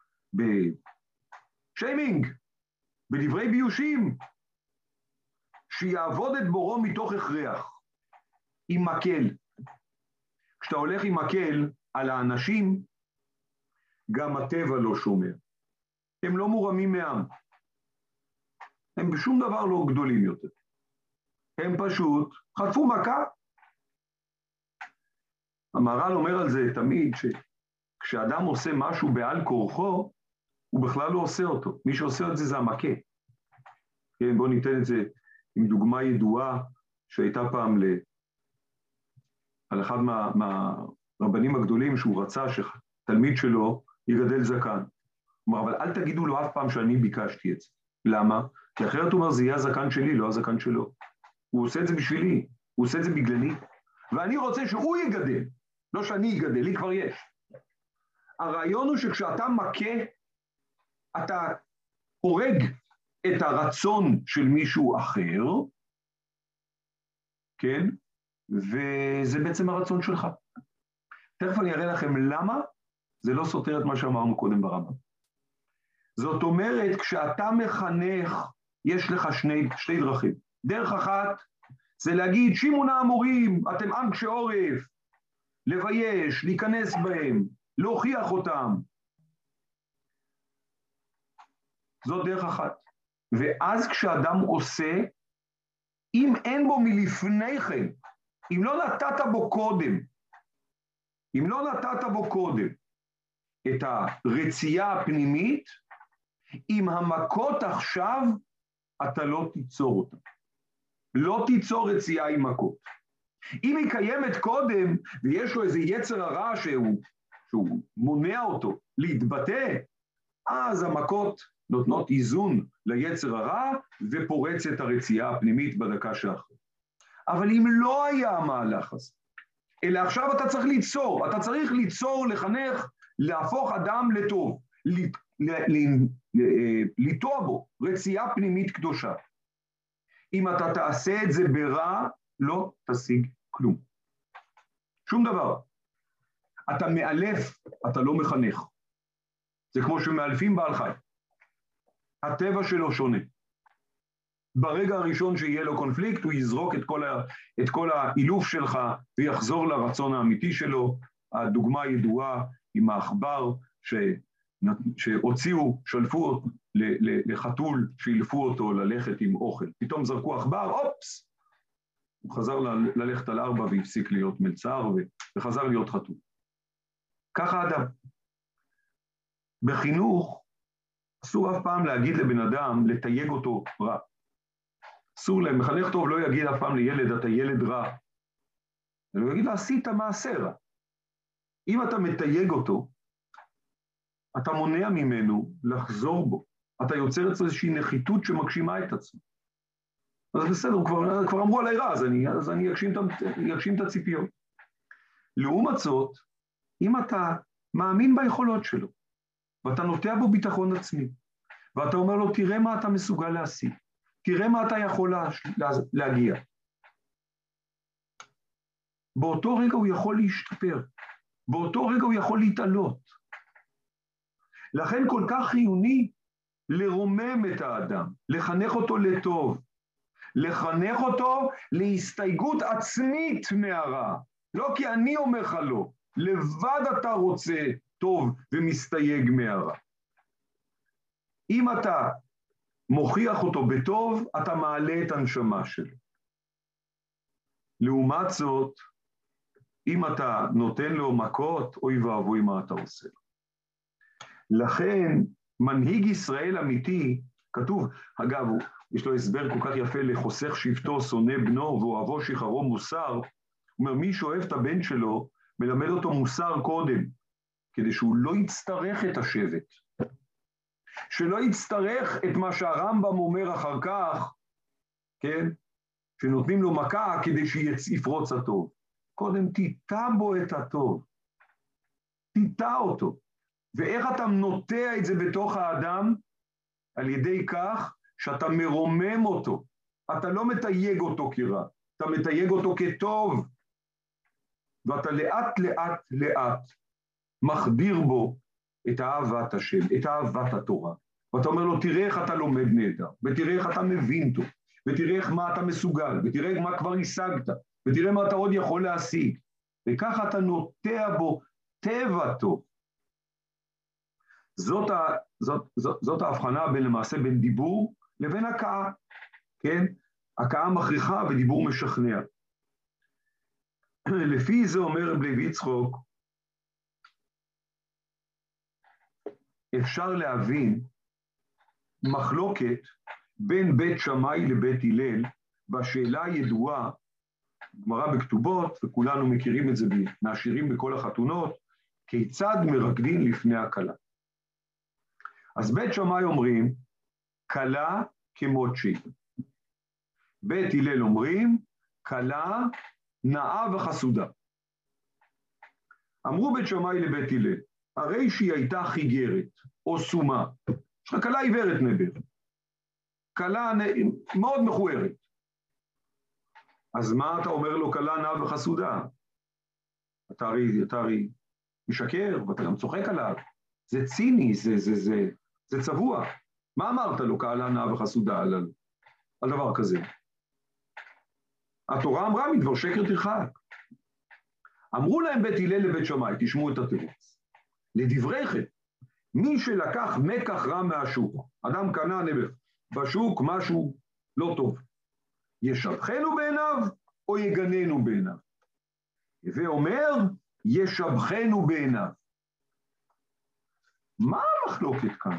בשיימינג, בדברי ביושים, שיעבוד את בורו מתוך הכרח, עם מקל. כשאתה הולך עם מקל על האנשים, גם הטבע לא שומר. הם לא מורמים מעם. הם בשום דבר לא גדולים יותר. הם פשוט חטפו מכה. המהר"ל אומר על זה תמיד, שכשאדם עושה משהו בעל כורחו, הוא בכלל לא עושה אותו. מי שעושה את זה זה המכה. כן, בואו ניתן את זה עם דוגמה ידועה שהייתה פעם על אחד מהרבנים הגדולים שהוא רצה שתלמיד שלו יגדל זקן. הוא אומר, אבל אל תגידו לו אף פעם שאני ביקשתי את זה. למה? כי אחרת הוא אומר, זה יהיה הזקן שלי, לא הזקן שלו. הוא עושה את זה בשבילי, הוא עושה את זה בגללי. ואני רוצה שהוא יגדל, לא שאני אגדל, לי כבר יש. הרעיון הוא שכשאתה מכה, אתה הורג את הרצון של מישהו אחר, כן? וזה בעצם הרצון שלך. תכף אני אראה לכם למה זה לא סותר את מה שאמרנו קודם ברמב"ם. זאת אומרת, כשאתה מחנך, יש לך שתי דרכים. דרך אחת, זה להגיד, שמעון האמורים, אתם עם קשה עורף, לבייש, להיכנס בהם, להוכיח אותם. זאת דרך אחת. ואז כשאדם עושה, אם אין בו מלפני כן, אם לא נתת בו קודם את הרצייה הפנימית, עם המכות עכשיו, אתה לא תיצור אותה. לא תיצור רצייה עם מכות. אם היא קיימת קודם, ויש לו איזה יצר הרע שהוא מונע אותו להתבטא, אז המכות נותנות איזון ליצר הרע, ופורץ את הרצייה הפנימית בדקה שאחרי. אבל אם לא היה המהלך הזה, אלא עכשיו אתה צריך ליצור, לחנך, להפוך אדם לטוב, לטוע בו רצייה פנימית קדושה. אם אתה תעשה את זה ברע, לא תשיג כלום. שום דבר. אתה מאלף, אתה לא מחנך. זה כמו שמאלפים בעל חי. הטבע שלו שונה. ברגע הראשון שיהיה לו קונפליקט, הוא יזרוק את כל האילוף שלך, ויחזור לרצון האמיתי שלו. הדוגמה הידועה עם העכבר, שהוציאו, שלפו לחתול, שילפו אותו ללכת עם אוכל. פתאום זרקו עכבר, אופס! הוא חזר ללכת על 4 והפסיק להיות מלצר וחזר להיות חתול. ככה אדם. בחינוך, אסור אף פעם להגיד לבן אדם, לתייג אותו רע. אסור להם, מחנך טוב לא יגיד אף פעם לילד, אתה ילד רע. הוא יגיד לו, עשית מעשה רע. אם אתה מתייג אותו, אתה מונע ממנו לחזור בו. אתה יוצר אצלו איזושהי נחיתות שמגשימה את עצמו. אז בסדר, כבר אמרו עליי רע, אז אני אגשים את הציפיות. לעומת זאת, אם אתה מאמין ביכולות שלו, ואתה נוטע בו ביטחון עצמי, ואתה אומר לו, תראה מה אתה מסוגל להשיג, תראה מה אתה יכול להגיע. באותו רגע הוא יכול להשתפר, באותו רגע הוא יכול להתעלות. לכן כל כך חיוני לרומם את האדם, לחנך אותו לטוב, לחנך אותו להסתייגות עצמית מהרע. לא כי אני אומר לך לא, לבד אתה רוצה טוב ומסתייג מהרע. אם אתה מוכיח אותו בטוב, אתה מעלה את הנשמה שלו. לעומת זאת, אם אתה נותן לו מכות, אוי ואבוי מה אתה עושה. לכן, מנהיג ישראל אמיתי, כתוב, אגב, יש לו הסבר כל כך יפה לחוסך שבטו, שונא בנו, ואוהבו שחרו מוסר. הוא אומר, מי שאוהב את הבן שלו, מלמד אותו מוסר קודם, כדי שהוא לא יצטרך את השבט. שלא יצטרך את מה שהרמב"ם אומר אחר כך, כן? שנותנים לו מכה כדי שיפרוץ הטוב. קודם תיטע בו את הטוב. תיטע אותו. ואיך אתה נוטע את זה בתוך האדם? על ידי כך שאתה מרומם אותו. אתה לא מתייג אותו כרע, אתה מתייג אותו כטוב. ואתה לאט לאט לאט מחדיר בו את אהבת השם, את אהבת התורה. ואתה אומר לו, תראה איך אתה לומד נהדר, ותראה איך אתה מבין טוב, ותראה איך מה אתה מסוגל, ותראה מה כבר השגת, ותראה מה אתה עוד יכול להשיג. וככה אתה נוטע בו טבע טוב. זאת ההבחנה למעשה בין דיבור לבין הכאה, כן? הכאה מכריחה ודיבור משכנע. לפי זה אומר רב לוי יצחוק, אפשר להבין מחלוקת בין בית שמאי לבית הלל, בשאלה הידועה, גמרא בכתובות, וכולנו מכירים את זה מהשירים בכל החתונות, כיצד מרקדין לפני הכלה. אז בית שמאי אומרים, כלה כמות שהיא. בית הלל אומרים, כלה נאה וחסודה. אמרו בית שמאי לבית הלל, הרי שהיא הייתה חיגרת או סומה, יש לך כלה עיוורת נבר, כלה מאוד מכוערת. אז מה אתה אומר לו כלה נאה וחסודה? אתה הרי משקר ואתה גם צוחק עליו, זה ציני, זה צבוע. מה אמרת לו כלה נאה וחסודה על דבר כזה? התורה אמרה מדבר שקר תרחק. אמרו להם בית הלל לבית שמאי, תשמעו את התירוץ. לדבריכם, מי שלקח מקח רע מהשוק, אדם קנה נבר בשוק משהו לא טוב, ישבחנו בעיניו או יגננו בעיניו? ואומר, ישבחנו בעיניו. מה המחלוקת כאן?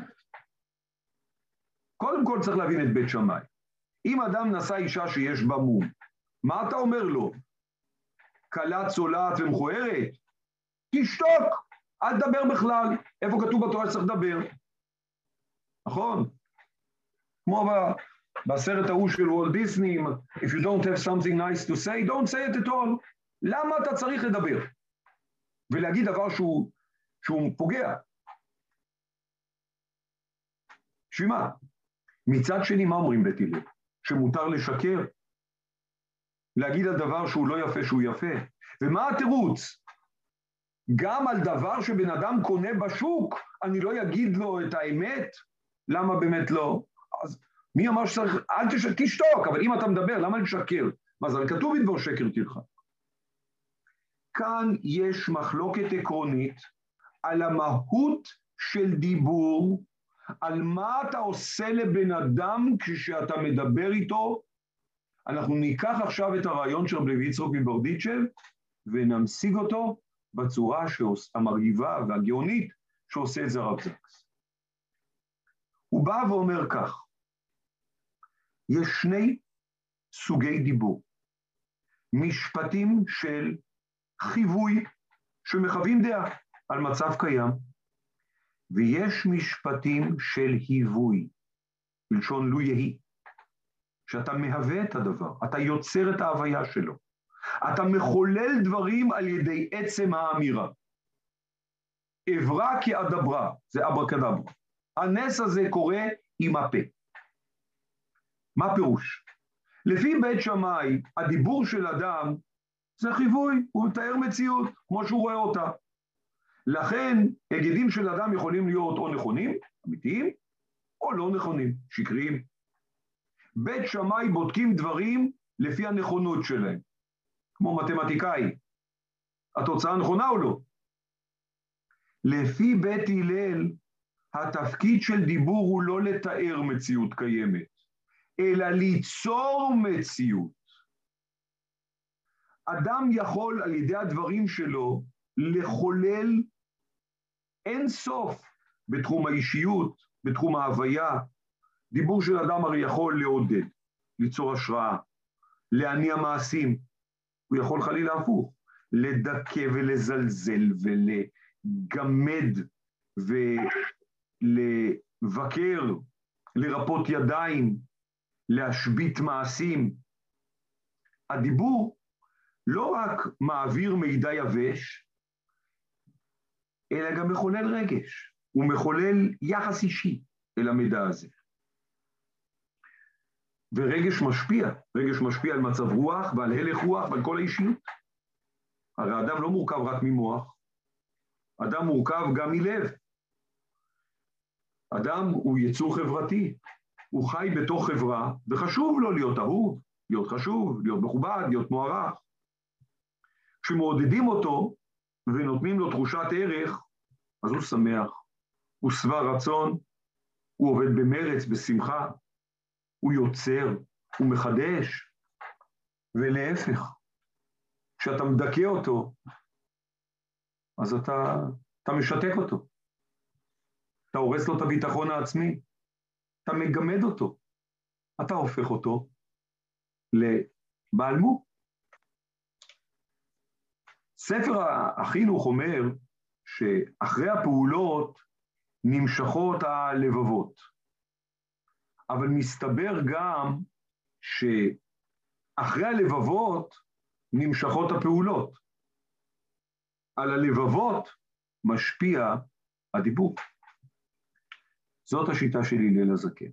קודם כל צריך להבין את בית שמאי. אם אדם נשא אישה שיש בה מום, מה אתה אומר לו? כלה צולעת ומכוערת? תשתוק, אל תדבר בכלל. איפה כתוב בתורה שצריך לדבר? נכון? כמו בסרט ההוא של וולט דיסני, if you don't have something nice to say, don't say it at all. למה אתה צריך לדבר? ולהגיד דבר שהוא פוגע. שמה? מצד שני, מה אומרים בית הלל? שמותר לשקר? להגיד על דבר שהוא לא יפה, שהוא יפה. ומה התירוץ? גם על דבר שבן אדם קונה בשוק, אני לא אגיד לו את האמת? למה באמת לא? אז מי אמר שצריך, אל תשתוק, אבל אם אתה מדבר, למה לשקר? מה זה, כתוב בדבר שקר תרחק. כאן יש מחלוקת עקרונית על המהות של דיבור, על מה אתה עושה לבן אדם כשאתה מדבר איתו. אנחנו ניקח עכשיו את הרעיון של רבי יצחק מברדיצ'ב, ונמשיג אותו בצורה המרהיבה והגאונית שעושה את זה הרב זקס. הוא בא ואומר כך, יש שני סוגי דיבור, משפטים של חיווי שמחווים דעה על מצב קיים, ויש משפטים של היווי, בלשון לו יהי, שאתה מהווה את הדבר, אתה יוצר את ההוויה שלו, אתה מחולל דברים על ידי עצם האמירה. עברה כאדברה, זה אברקדברה. הנס הזה קורה עם הפה. מה פירוש? לפי בית שמאי, הדיבור של אדם זה חיווי, הוא מתאר מציאות כמו שהוא רואה אותה. לכן, היגדים של אדם יכולים להיות או נכונים, אמיתיים, או לא נכונים, שקריים. בית שמאי בודקים דברים לפי הנכונות שלהם, כמו מתמטיקאי. התוצאה נכונה או לא? לפי בית הלל, התפקיד של דיבור הוא לא לתאר מציאות קיימת, אלא ליצור מציאות. אדם יכול על ידי הדברים שלו לחולל אין סוף בתחום האישיות, בתחום ההוויה. דיבור של אדם הרי יכול לעודד, ליצור השראה, להניע מעשים. הוא יכול חלילה הפוך, לדכא ולזלזל ולגמד ולבקר, לרפות ידיים, להשבית מעשים. הדיבור לא רק מעביר מידע יבש, אלא גם מחולל רגש, הוא מחולל יחס אישי אל המידע הזה. ורגש משפיע על מצב רוח ועל הלך רוח ועל כל האישיות. הרי האדם לא מורכב רק ממוח, אדם מורכב גם מלב. אדם הוא יצור חברתי, הוא חי בתוך חברה, וחשוב לו להיות אהוב, להיות חשוב, להיות מכובד, להיות מוערך. כשמעודדים אותו ונותנים לו תחושת ערך, אז הוא שמח, הוא שבע רצון, הוא עובד במרץ, בשמחה, הוא יוצר, הוא מחדש, ולהפך, כשאתה מדכא אותו, אז אתה משתק אותו, אתה הורס לו את הביטחון העצמי, אתה מגמד אותו, אתה הופך אותו לבעל מו. ספר החינוך אומר שאחרי הפעולות נמשכות הלבבות, אבל מסתבר גם שאחרי הלבבות נמשכות הפעולות. על הלבבות משפיע הדיבור. זאת השיטה של הלל הזקן.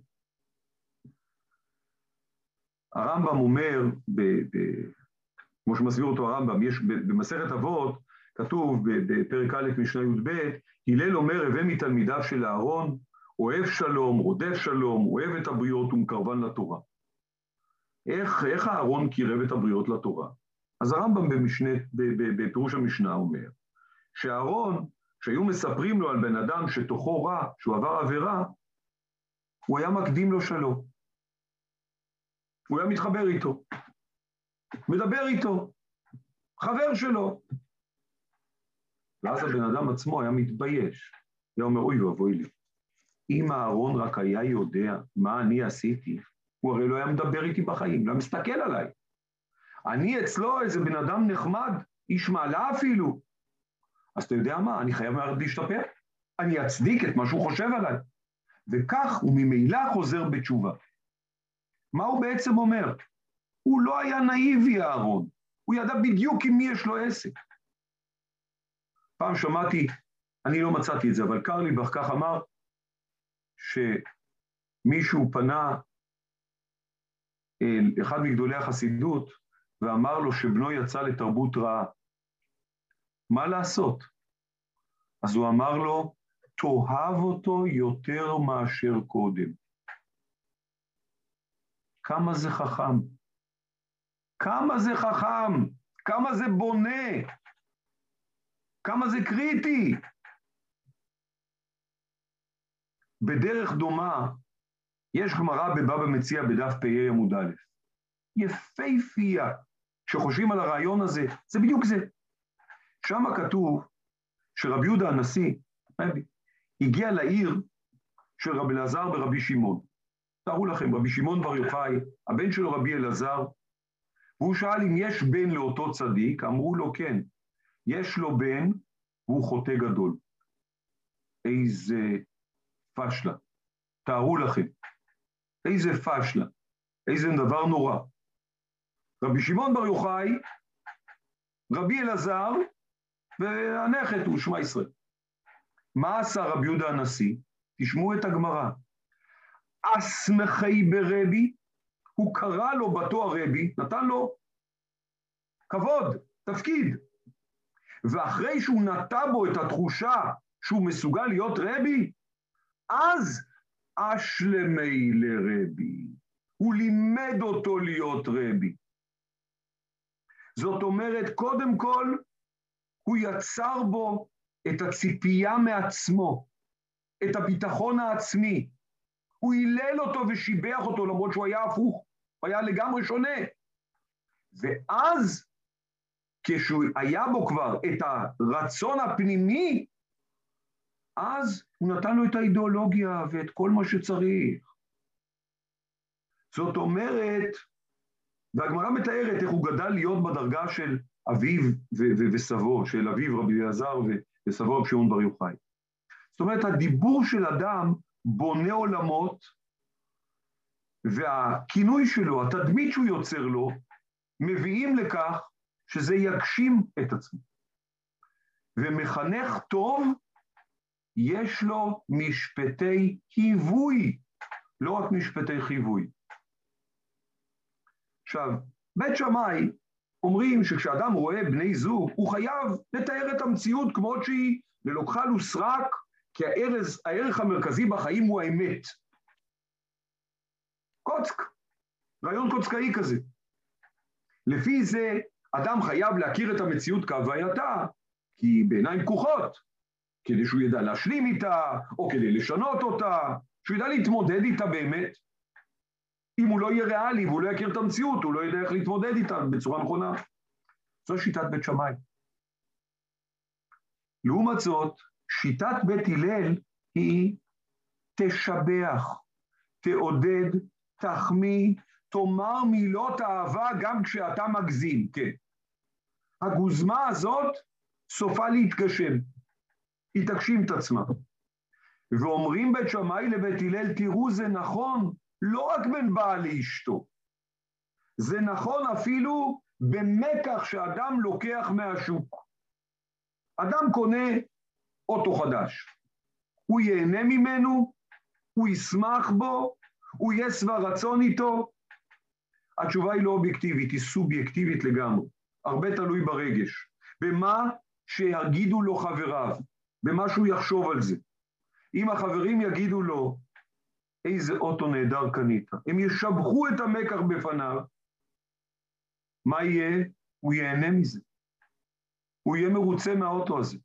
הרמב"ם אומר, כמו שמסביר אותו הרמב"ם, יש במסכת אבות, כתוב בפרק א' משנה י"ב, הלל אומר, הווה מתלמידיו של אהרון, אוהב שלום, רודף שלום, אוהב את הבריות ומקרבן לתורה. איך אהרון קירב את הבריות לתורה? אז הרמב"ם בפירוש המשנה אומר, שאהרון, כשהיו מספרים לו על בן אדם שתוכו רע, שהוא עבר עבירה, הוא היה מקדים לו שלום. הוא היה מתחבר איתו, מדבר איתו, חבר שלו. ואז הבן אדם עצמו היה מתבייש. היה אומר, אוי ואבוי לי, אם אהרון רק היה יודע מה אני עשיתי, הוא הרי לא היה מדבר איתי בחיים, לא היה מסתכל עליי. אני אצלו איזה בן אדם נחמד, איש מעלה אפילו. אז אתה יודע מה, אני חייב מעט להשתפר. אני אצדיק את מה שהוא חושב עליי. וכך הוא ממילא חוזר בתשובה. מה הוא בעצם אומר? הוא לא היה נאיבי אהרון, הוא ידע בדיוק עם מי יש לו עסק. פעם שמעתי, אני לא מצאתי את זה, אבל קרליבך כך אמר, שמישהו פנה אל אחד מגדולי החסידות, ואמר לו שבנו יצא לתרבות רעה. מה לעשות? אז הוא אמר לו, תאהב אותו יותר מאשר קודם. כמה זה חכם, כמה זה חכם, כמה זה בונה, כמה זה קריטי. בדרך דומה, יש גמרא בבבא מציעא בדף פ"ה עמוד א', יפהפייה, שחושבים על הרעיון הזה, זה בדיוק זה. שם כתוב שרבי יהודה הנשיא, הגיע לעיר של רבי אלעזר ורבי שמעון. תארו לכם, רבי שמעון בר יוחאי, הבן שלו רבי אלעזר, והוא שאל אם יש בן לאותו צדיק, אמרו לו כן, יש לו בן והוא חוטא גדול. איזה פשלה, תארו לכם, איזה פשלה, איזה דבר נורא. רבי שמעון בר יוחאי, רבי אלעזר, והנכד הוא שמע ישראל. מה עשה רבי יהודה הנשיא? תשמעו את הגמרא. אסמכי ברבי, הוא קרא לו בתואר רבי, נתן לו כבוד, תפקיד. ואחרי שהוא נטע בו את התחושה שהוא מסוגל להיות רבי, אז אשלמי לרבי. הוא לימד אותו להיות רבי. זאת אומרת, קודם כל, הוא יצר בו את הציפייה מעצמו, את הביטחון העצמי. הוא הילל אותו ושיבח אותו, למרות שהוא היה הפוך, הוא היה לגמרי שונה. ואז, כשהוא היה בו כבר את הרצון הפנימי, אז הוא נתן לו את האידיאולוגיה ואת כל מה שצריך. זאת אומרת, והגמרא מתארת איך הוא גדל להיות בדרגה של אביו וסבו, של אביו רבי אלעזר וסבו רבי שמעון בר יוחאי. זאת אומרת, הדיבור של אדם בונה עולמות, והכינוי שלו, התדמית שהוא יוצר לו, מביאים לכך שזה יגשים את עצמו. ומחנך טוב, יש לו משפטי היווי, לא רק משפטי חיווי. עכשיו, בית שמאי אומרים שכשאדם רואה בני זוג, הוא חייב לתאר את המציאות כמות שהיא, ללא כחל וסרק, כי הערך המרכזי בחיים הוא האמת. קוצק, רעיון קוצקאי כזה. לפי זה, אדם חייב להכיר את המציאות כהווייתה, כי בעיניים פקוחות, כדי שהוא ידע להשלים איתה, או כדי לשנות אותה, שהוא ידע להתמודד איתה באמת. אם הוא לא יהיה ריאלי והוא לא יכיר את המציאות, הוא לא ידע איך להתמודד איתה בצורה נכונה. זו שיטת בית שמאי. לעומת זאת, שיטת בית הלל היא תשבח, תעודד, תחמיא, תאמר מילות אהבה גם כשאתה מגזים, כן. הגוזמה הזאת סופה להתגשם, היא תגשים את עצמה. ואומרים בית שמאי לבית הלל, תראו זה נכון, לא רק בין בעל לאשתו, זה נכון אפילו במקח שאדם לוקח מהשוק. אדם קונה אוטו חדש, הוא ייהנה ממנו, הוא ישמח בו, הוא יהיה שבע רצון איתו. התשובה היא לא אובייקטיבית, היא סובייקטיבית לגמרי, הרבה תלוי ברגש, במה שיגידו לו חבריו, במה שהוא יחשוב על זה. אם החברים יגידו לו, איזה אוטו נהדר קנית, הם ישבחו את המקח בפניו, מה יהיה? הוא ייהנה מזה. הוא יהיה מרוצה מהאוטו הזה.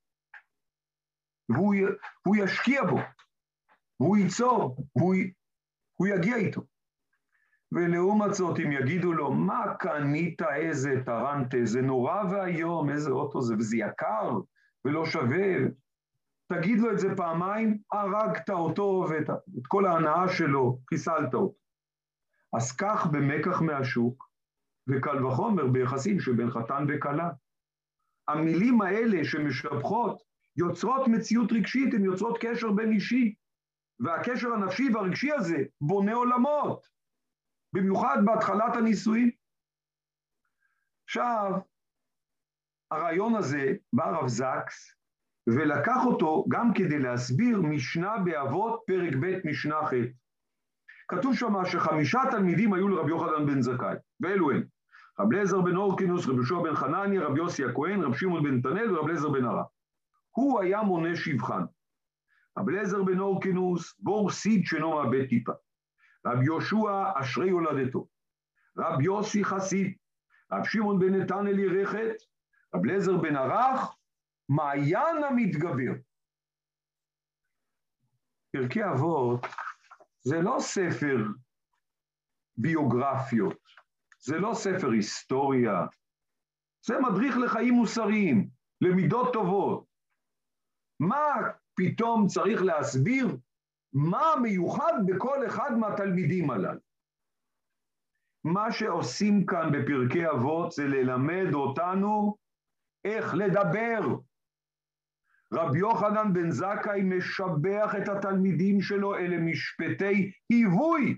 והוא ישקיע בו, והוא ייצור, והוא יגיע איתו. ולעומת זאת, אם יגידו לו, מה קנית, איזה טרנטה, זה נורא והיום, איזה אוטו זה, וזה יקר ולא שווה, תגיד לו את זה פעמיים, הרגת אותו ואת כל ההנאה שלו, חיסלת אותו. אז כך במקח מהשוק, וקל וחומר ביחסים שבין חתן וכלה. המילים האלה שמשבחות יוצרות מציאות רגשית, הן יוצרות קשר בין אישי, והקשר הנפשי והרגשי הזה בונה עולמות, במיוחד בהתחלת הנישואים. עכשיו, הרעיון הזה בא הרב זקס, ולקח אותו גם כדי להסביר משנה באבות פרק ב' משנה ח'. כתוב שם ש5 תלמידים היו לרבי יוחנן בן זכאי, ואלו הם, רב אליעזר בן הורקנוס, רבי יהושע בן חנניה, רבי יוסי הכהן, רבי שמעון בן נתנאל ורב אליעזר בן ערא. הוא היה מונה שבחן. רב אליעזר בן הורקנוס, בור סיד שאינו מאבד טיפה. רב יהושע אשרי יולדתו. רב יוסי חסיד. רב שמעון בן נתנאל ירחת. רב אליעזר בן ערך, מעיין המתגבר. פרקי אבות זה לא ספר ביוגרפיות, זה לא ספר היסטוריה, זה מדריך לחיים מוסריים, למידות טובות. מה פתאום צריך להסביר? מה מיוחד בכל אחד מהתלמידים הללו? מה שעושים כאן בפרקי אבות זה ללמד אותנו איך לדבר. רבי יוחנן בן זכאי משבח את התלמידים שלו, אלה משפטי היווי.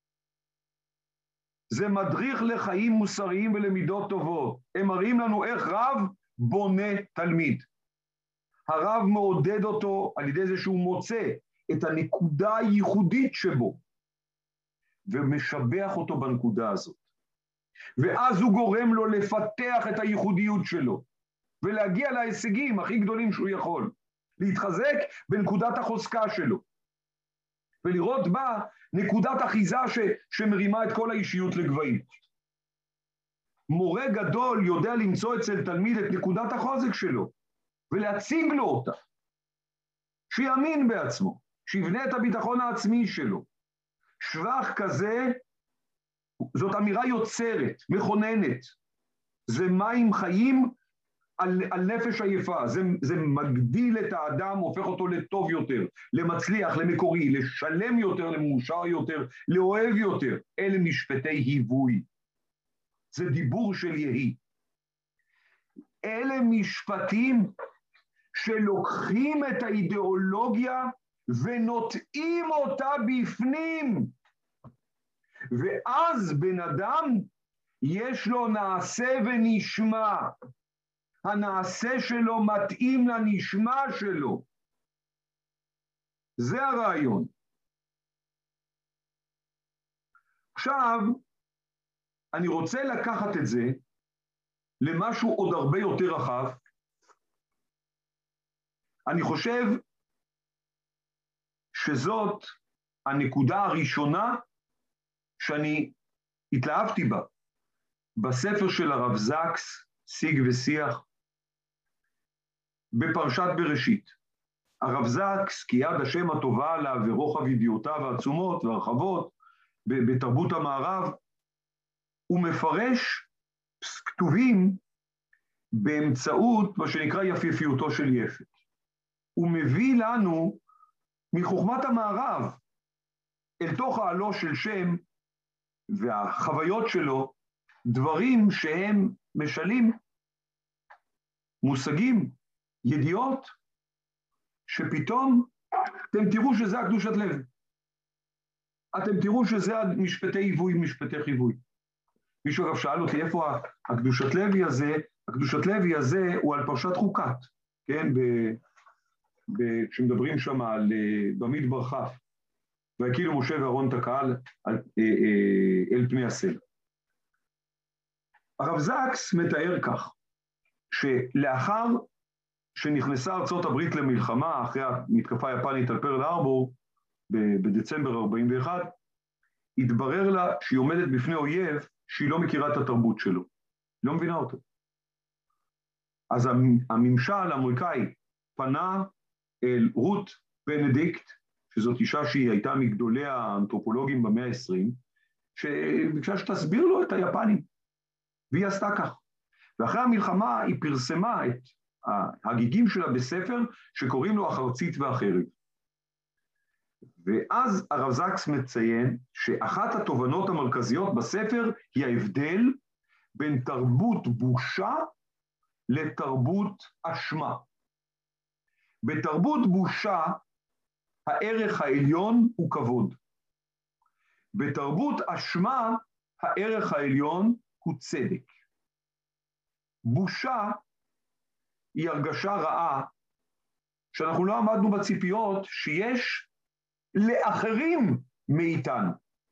זה מדריך לחיים מוסריים ולמידות טובות. הם מראים לנו איך רב בונה תלמיד. הרב מעודד אותו על ידי זה שהוא מוצא את הנקודה הייחודית שבו, ומשבח אותו בנקודה הזאת. ואז הוא גורם לו לפתח את הייחודיות שלו, ולהגיע להישגים הכי גדולים שהוא יכול, להתחזק בנקודת החוזקה שלו, ולראות בה נקודת אחיזה שמרימה את כל האישיות לגבהים. מורה גדול יודע למצוא אצל תלמיד את נקודת החוזק שלו, ולהציג לו אותה, שיאמין בעצמו, שיבנה את הביטחון העצמי שלו. שבח כזה, זאת אמירה יוצרת, מכוננת, זה מים חיים על נפש עייפה, זה מגדיל את האדם, הופך אותו לטוב יותר, למצליח, למקורי, לשלם יותר, למאושר יותר, לאוהב יותר. אלה משפטי היווי, זה דיבור של יהי. אלה משפטים שלוקחים את האידיאולוגיה ונוטעים אותה בפנים, ואז בן אדם יש לו נעשה ונשמע. הנעשה שלו מתאים לנשמע שלו. זה הרעיון. עכשיו, אני רוצה לקחת את זה למשהו עוד הרבה יותר רחב. אני חושב שזאת הנקודה הראשונה שאני התלהבתי בה, בספר של הרב זקס, שיג ושיח, בפרשת בראשית. הרב זקס, כי יד השם הטובה עליו ורוחב ידיעותיו העצומות והרחבות בתרבות המערב, הוא מפרש כתובים באמצעות מה שנקרא יפיפיותו של יפת. הוא מביא לנו מחוכמת המערב אל תוך העלו של שם והחוויות שלו, דברים שהם משלים, מושגים, ידיעות, שפתאום אתם תראו שזה הקדושת לב. אתם תראו שזה משפטי היווי, משפטי חיווי. מישהו אגב שאל אותי איפה הקדושת לוי הזה, הקדושת לוי הזה הוא על פרשת חוקת, כן, כשמדברים שם על במדבר כ', והקהילו משה ואהרון את הקהל אל פני הסלע. הרב זקס מתאר כך, שלאחר שנכנסה ארצות הברית למלחמה, אחרי המתקפה היפנית על פרל הרבור, בדצמבר 41, התברר לה שהיא עומדת בפני אויב שהיא לא מכירה את התרבות שלו, לא מבינה אותו. אז הממשל האמריקאי פנה אל רות בנדיקט, שזאת אישה שהיא הייתה מגדולי האנתרופולוגים במאה ה-20, שביקשה שתסביר לו את היפנים, והיא עשתה כך. ואחרי המלחמה היא פרסמה את הגיגים שלה בספר שקוראים לו החרצית והחרב. ואז הרב זקס מציין שאחת התובנות המרכזיות בספר היא ההבדל בין תרבות בושה לתרבות אשמה. בתרבות בושה הערך העליון הוא כבוד. בתרבות אשמה הערך העליון הוא צדק. בושה היא הרגשה רעה שאנחנו לא עמדנו בציפיות שיש לאחרים מאיתנו.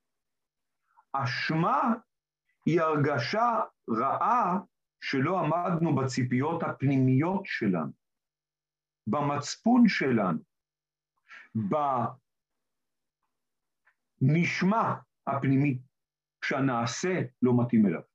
אשמה היא הרגשה רעה שלא עמדנו בציפיות הפנימיות שלנו, במצפון שלנו, בנשמה הפנימי, שהנעשה לא מתאים אליו.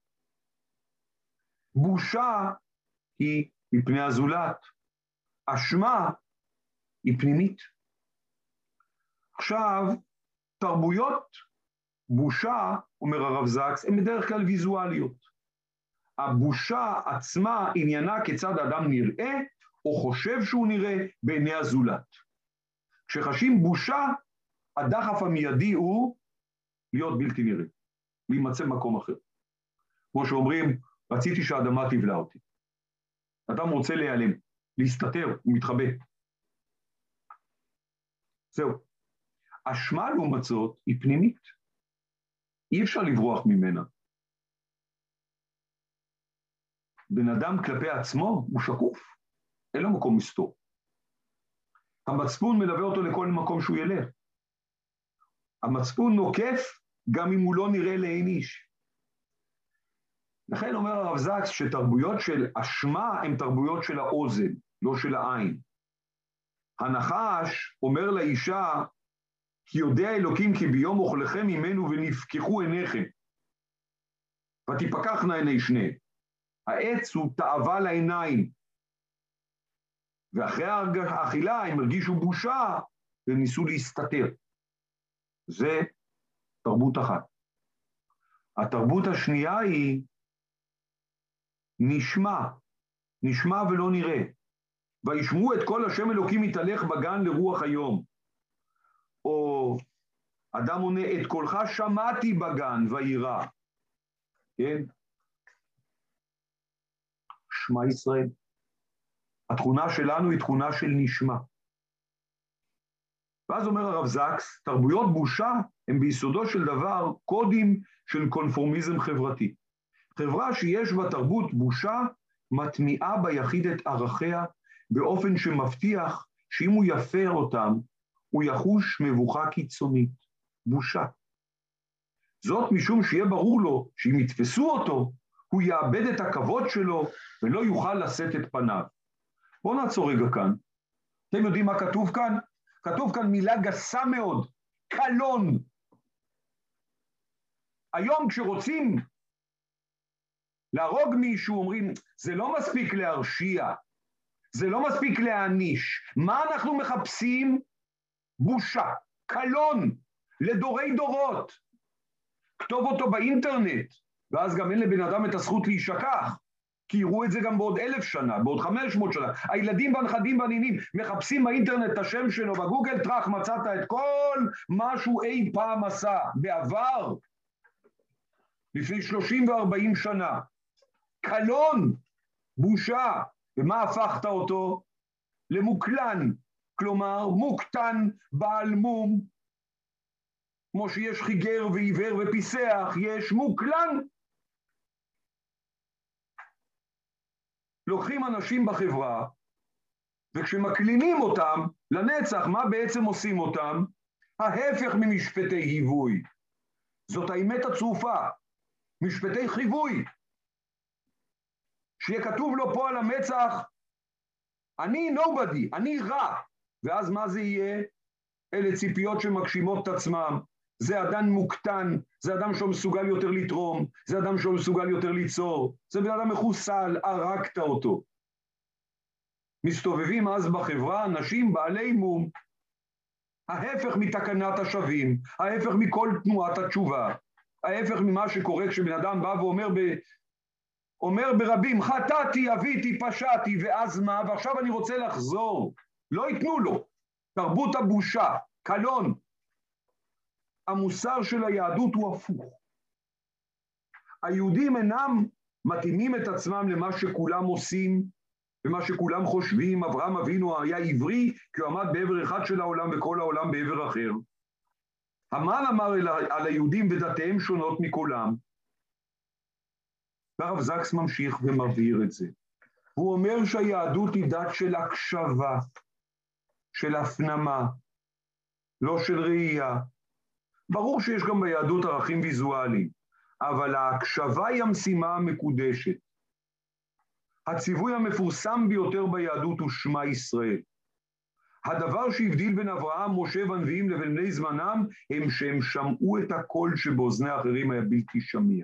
בושה היא מפני הזולת, אשמה היא פנימית. עכשיו, תרבויות בושה, אומר הרב זקס, הן בדרך כלל ויזואליות. הבושה עצמה עניינה כיצד האדם נראה, או חושב שהוא נראה, בעיני הזולת. כשחשים בושה, הדחף המיידי הוא להיות בלתי נראה, להימצא במקום אחר. כמו שאומרים, רציתי שהאדמה תבלע אותי. אדם רוצה להיעלם, להסתתר, הוא מתחבא. זהו. אשמה לעומת זאת היא פנימית. אי אפשר לברוח ממנה. בן אדם כלפי עצמו הוא שקוף, אין לו מקום מסתור. המצפון מלווה אותו לכל מקום שהוא ילך. המצפון נוקף גם אם הוא לא נראה לעין איש. לכן אומר הרב זקס שתרבויות של אשמה הן תרבויות של האוזן, לא של העין. הנחש אומר לאישה, כי יודע אלוקים כי ביום אוכלכם ממנו ונפקחו עיניכם, ותפקחנה עיני שניהם. העץ הוא תאווה לעיניים, ואחרי האכילה הם הרגישו בושה וניסו להסתתר. זה תרבות אחת. התרבות השנייה היא נשמע ולא נראה. וישמעו את כל השם אלוקים מתהלך בגן לרוח היום. או אדם עונה, את קולך שמעתי בגן וירא. כן? שמע ישראל. התכונה שלנו היא תכונה של נשמע. ואז אומר הרב זקס, תרבויות בושה הם ביסודו של דבר קודים של קונפורמיזם חברתי. חברה שיש בה תרבות בושה מטמיעה ביחיד את ערכיה באופן שמבטיח שאם הוא יפר אותם, הוא יחוש מבוכה קיצונית, בושה. זאת משום שיהיה ברור לו שאם יתפסו אותו, הוא יאבד את הכבוד שלו ולא יוכל לשאת את פניו. בואו נעצור רגע כאן. אתם יודעים מה כתוב כאן? כתוב כאן מילה גסה מאוד, קלון. היום כשרוצים להרוג מישהו אומרים, זה לא מספיק להרשיע, זה לא מספיק להעניש. מה אנחנו מחפשים? בושה, קלון, לדורי דורות. כתוב אותו באינטרנט, ואז גם אין לבן אדם את הזכות להישכח, כי יראו את זה גם בעוד 1,000 שנה, בעוד 500 שנה. הילדים והנכדים והנינים מחפשים באינטרנט את השם שלו, בגוגל טראח מצאת את כל מה שהוא אי פעם עשה, בעבר, לפני 30 ו-40 שנה. קלון, בושה. ומה הפכת אותו? למוקלן, כלומר מוקטן בעל מום, כמו שיש חיגר ועיוור ופיסח, יש מוקלן. לוקחים אנשים בחברה, וכשמקלינים אותם לנצח, מה בעצם עושים אותם? ההפך ממשפטי היווי. זאת האמת הצרופה, משפטי חיווי. שיהיה כתוב לו פה על המצח, אני nobody, אני רע. ואז מה זה יהיה? אלה ציפיות שמגשימות את עצמם. זה אדם מוקטן, זה אדם שהוא מסוגל יותר לתרום, זה אדם שהוא מסוגל יותר ליצור, זה בן אדם מחוסל, הרגת אותו. מסתובבים אז בחברה אנשים בעלי מום, ההפך מתקנת השווים, ההפך מכל תנועת התשובה, ההפך ממה שקורה כשבן אדם בא ואומר אומר ברבים, חטאתי, אביתי, פשעתי, ואז מה? ועכשיו אני רוצה לחזור. לא ייתנו לו. תרבות הבושה, קלון. המוסר של היהדות הוא הפוך. היהודים אינם מתאימים את עצמם למה שכולם עושים, ומה שכולם חושבים. אברהם אבינו היה עברי, כי הוא עמד בעבר אחד של העולם, וכל העולם בעבר אחר. המן אמר על היהודים ודתיהם שונות מכולם. והרב זקס ממשיך ומבהיר את זה. הוא אומר שהיהדות היא דת של הקשבה, של הפנמה, לא של ראייה. ברור שיש גם ביהדות ערכים ויזואליים, אבל ההקשבה היא המשימה המקודשת. הציווי המפורסם ביותר ביהדות הוא שמע ישראל. הדבר שהבדיל בין אברהם, משה והנביאים לבין בני זמנם, הם שהם שמעו את הקול שבאוזני האחרים היה בלתי שמיע.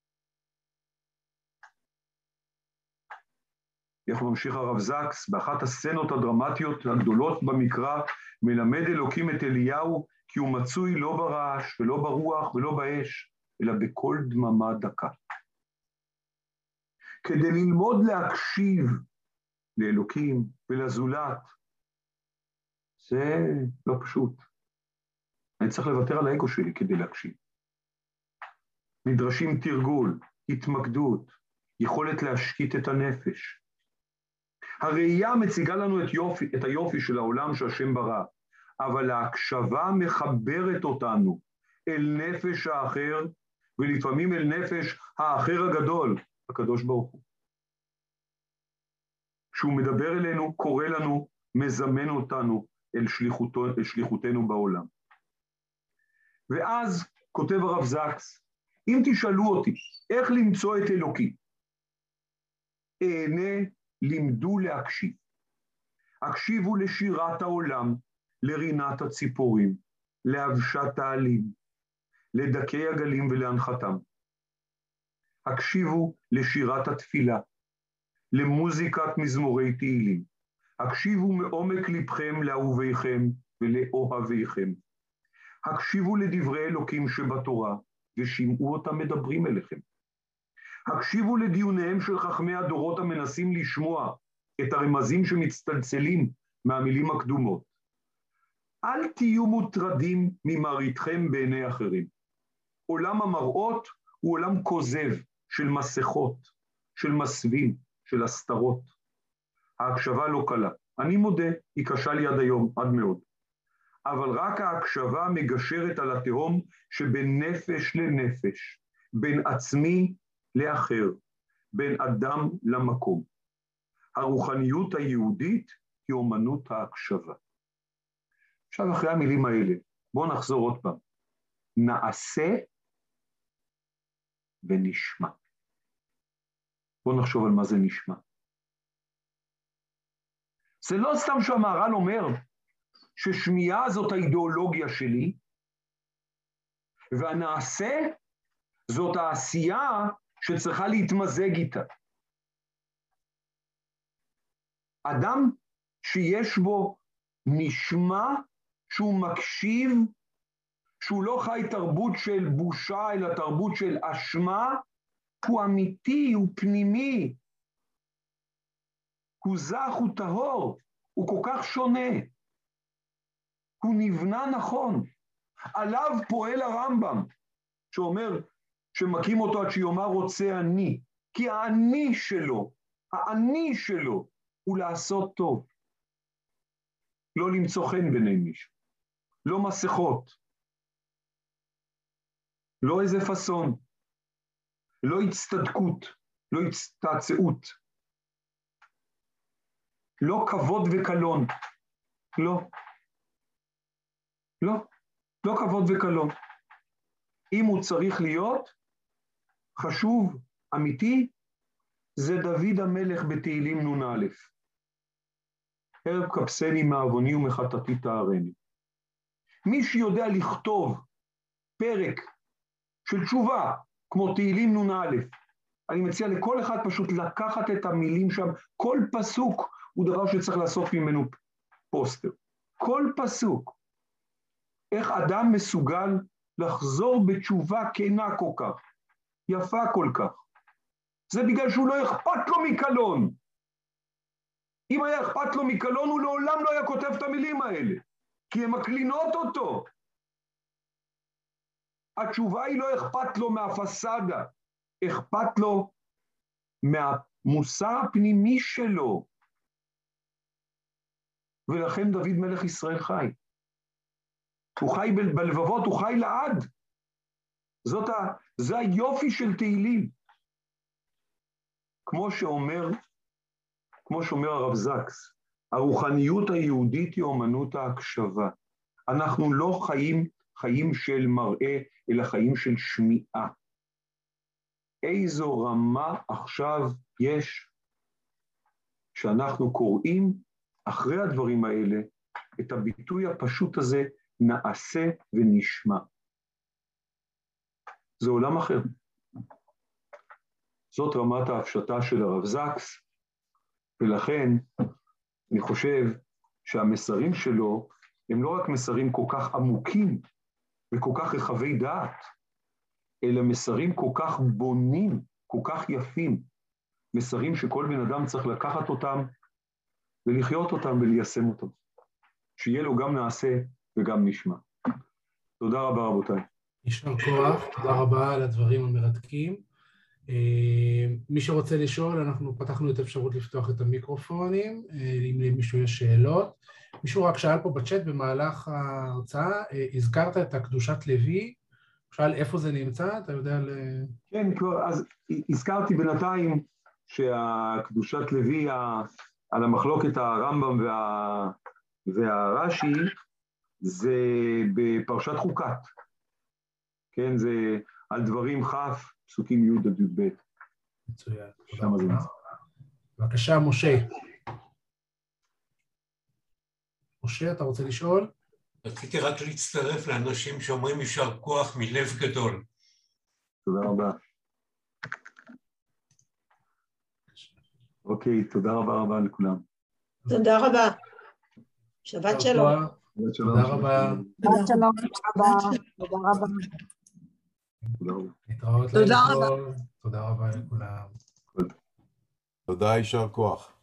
איך ממשיך הרב זקס? באחת הסצנות הדרמטיות הגדולות במקרא, מלמד אלוקים את אליהו כי הוא מצוי לא ברעש ולא ברוח ולא באש, אלא בכל דממה דקה. כדי ללמוד להקשיב לאלוקים ולזולת, זה לא פשוט. אני צריך לוותר על האגו שלי כדי להקשיב. נדרשים תרגול, התמקדות, יכולת להשקיט את הנפש. הראייה מציגה לנו את היופי של העולם שהשם ברא, אבל ההקשבה מחברת אותנו אל נפש האחר, ולפעמים אל נפש האחר הגדול, הקדוש ברוך הוא. כשהוא מדבר אלינו, קורא לנו, מזמן אותנו אל שליחותנו בעולם. ואז כותב הרב זקס, אם תשאלו אותי איך למצוא את אלוקי, אענה, לימדו להקשיב. הקשיבו לשירת העולם, לרינת הציפורים, להבשת העלים, לדקי הגלים ולהנחתם. הקשיבו לשירת התפילה, למוזיקת מזמורי תהילים. הקשיבו מעומק לבכם לאהוביכם ולאוהביכם. הקשיבו לדברי אלוקים שבתורה, ושמעו אותם מדברים אליכם. הקשיבו לדיוניהם של חכמי הדורות המנסים לשמוע את הרמזים שמצטלצלים מהמילים הקדומות. אל תהיו מוטרדים ממראיתכם בעיני אחרים. עולם המראות הוא עולם כוזב של מסכות, של מסווים, של הסתרות. ההקשבה לא קלה. אני מודה, היא קשה לי עד היום, עד מאוד. אבל רק ההקשבה מגשרת על התהום שבין נפש לנפש, בין עצמי לאחר, בין אדם למקום. הרוחניות היהודית היא אומנות ההקשבה. עכשיו אחרי המילים האלה, בואו נחזור עוד פעם. נעשה ונשמע. בואו נחשוב על מה זה נשמע. זה לא סתם שהמהר"ל אומר ששמיעה זאת האידיאולוגיה שלי, והנעשה זאת העשייה שצריכה להתמזג איתה. אדם שיש בו נשמע, שהוא מקשיב, שהוא לא חי תרבות של בושה, אלא תרבות של אשמה, הוא אמיתי, הוא פנימי, הוא זך, הוא טהור, הוא כל כך שונה, הוא נבנה נכון. עליו פועל הרמב"ם, שאומר, שמקים אותו עד שיאמר רוצה אני, כי האני שלו הוא לעשות טוב. לא למצוא חן בעיני מישהו, לא מסכות, לא איזה פסון, לא הצטדקות, לא הצטעצעות, לא כבוד וקלון, לא כבוד וקלון. אם הוא צריך להיות חשוב, אמיתי, זה דוד המלך בתהילים נ"א. הרב קבצני מעווני ומחטאתי טהרני. מי שיודע לכתוב פרק של תשובה, כמו תהילים נ"א, אני מציע לכל אחד פשוט לקחת את המילים שם, כל פסוק הוא דבר שצריך לעשות ממנו פוסטר. כל פסוק. איך אדם מסוגל לחזור בתשובה כנה כל כך, יפה כל כך. זה בגלל שהוא לא אכפת לו מקלון. אם היה אכפת לו מקלון, הוא לעולם לא היה כותב את המילים האלה, כי הן מקלינות אותו. התשובה היא לא אכפת לו מהפסדה, אכפת לו מהמוסר הפנימי שלו. ולכן דוד מלך ישראל חי. הוא חי בלבבות, הוא חי לעד. זה היופי של תהילים. כמו שאומר הרב זקס, הרוחניות היהודית היא אומנות ההקשבה. אנחנו לא חיים של מראה, אלא חיים של שמיעה. איזו רמה עכשיו יש שאנחנו קוראים אחרי הדברים האלה את הביטוי הפשוט הזה, נעשה ונשמע. זה עולם אחר. זאת רמת ההפשטה של הרב זקס, ולכן אני חושב שהמסרים שלו הם לא רק מסרים כל כך עמוקים וכל כך רחבי דעת, אלא מסרים כל כך בונים, כל כך יפים, מסרים שכל בן אדם צריך לקחת אותם ולחיות אותם וליישם אותם. שיהיה לו גם נעשה וגם נשמע. תודה רבה רבותיי. יישר כוח, תודה רבה על הדברים המרתקים. מי שרוצה לשאול, אנחנו פתחנו את האפשרות לפתוח את המיקרופונים, אם למישהו יש שאלות. מישהו רק שאל פה בצ'אט במהלך ההרצאה, הזכרת את הקדושת לוי, שאל איפה זה נמצא, אתה יודע כן, אז הזכרתי בינתיים שהקדושת לוי על המחלוקת הרמב"ם והרש"י, זה בפרשת חוקת. כן, זה על דברים כ', פסוקים י' עד י"ב. מצוין. בבקשה, משה. משה, אתה רוצה לשאול? רציתי רק להצטרף לאנשים שאומרים יישר כוח מלב גדול. תודה רבה. אוקיי, תודה רבה לכולם. תודה רבה. שבת שלום. תודה רבה. שבת שלום. תודה רבה. להתראות. תודה רבה. תודה רבה לכולם. תודה, יישר כוח.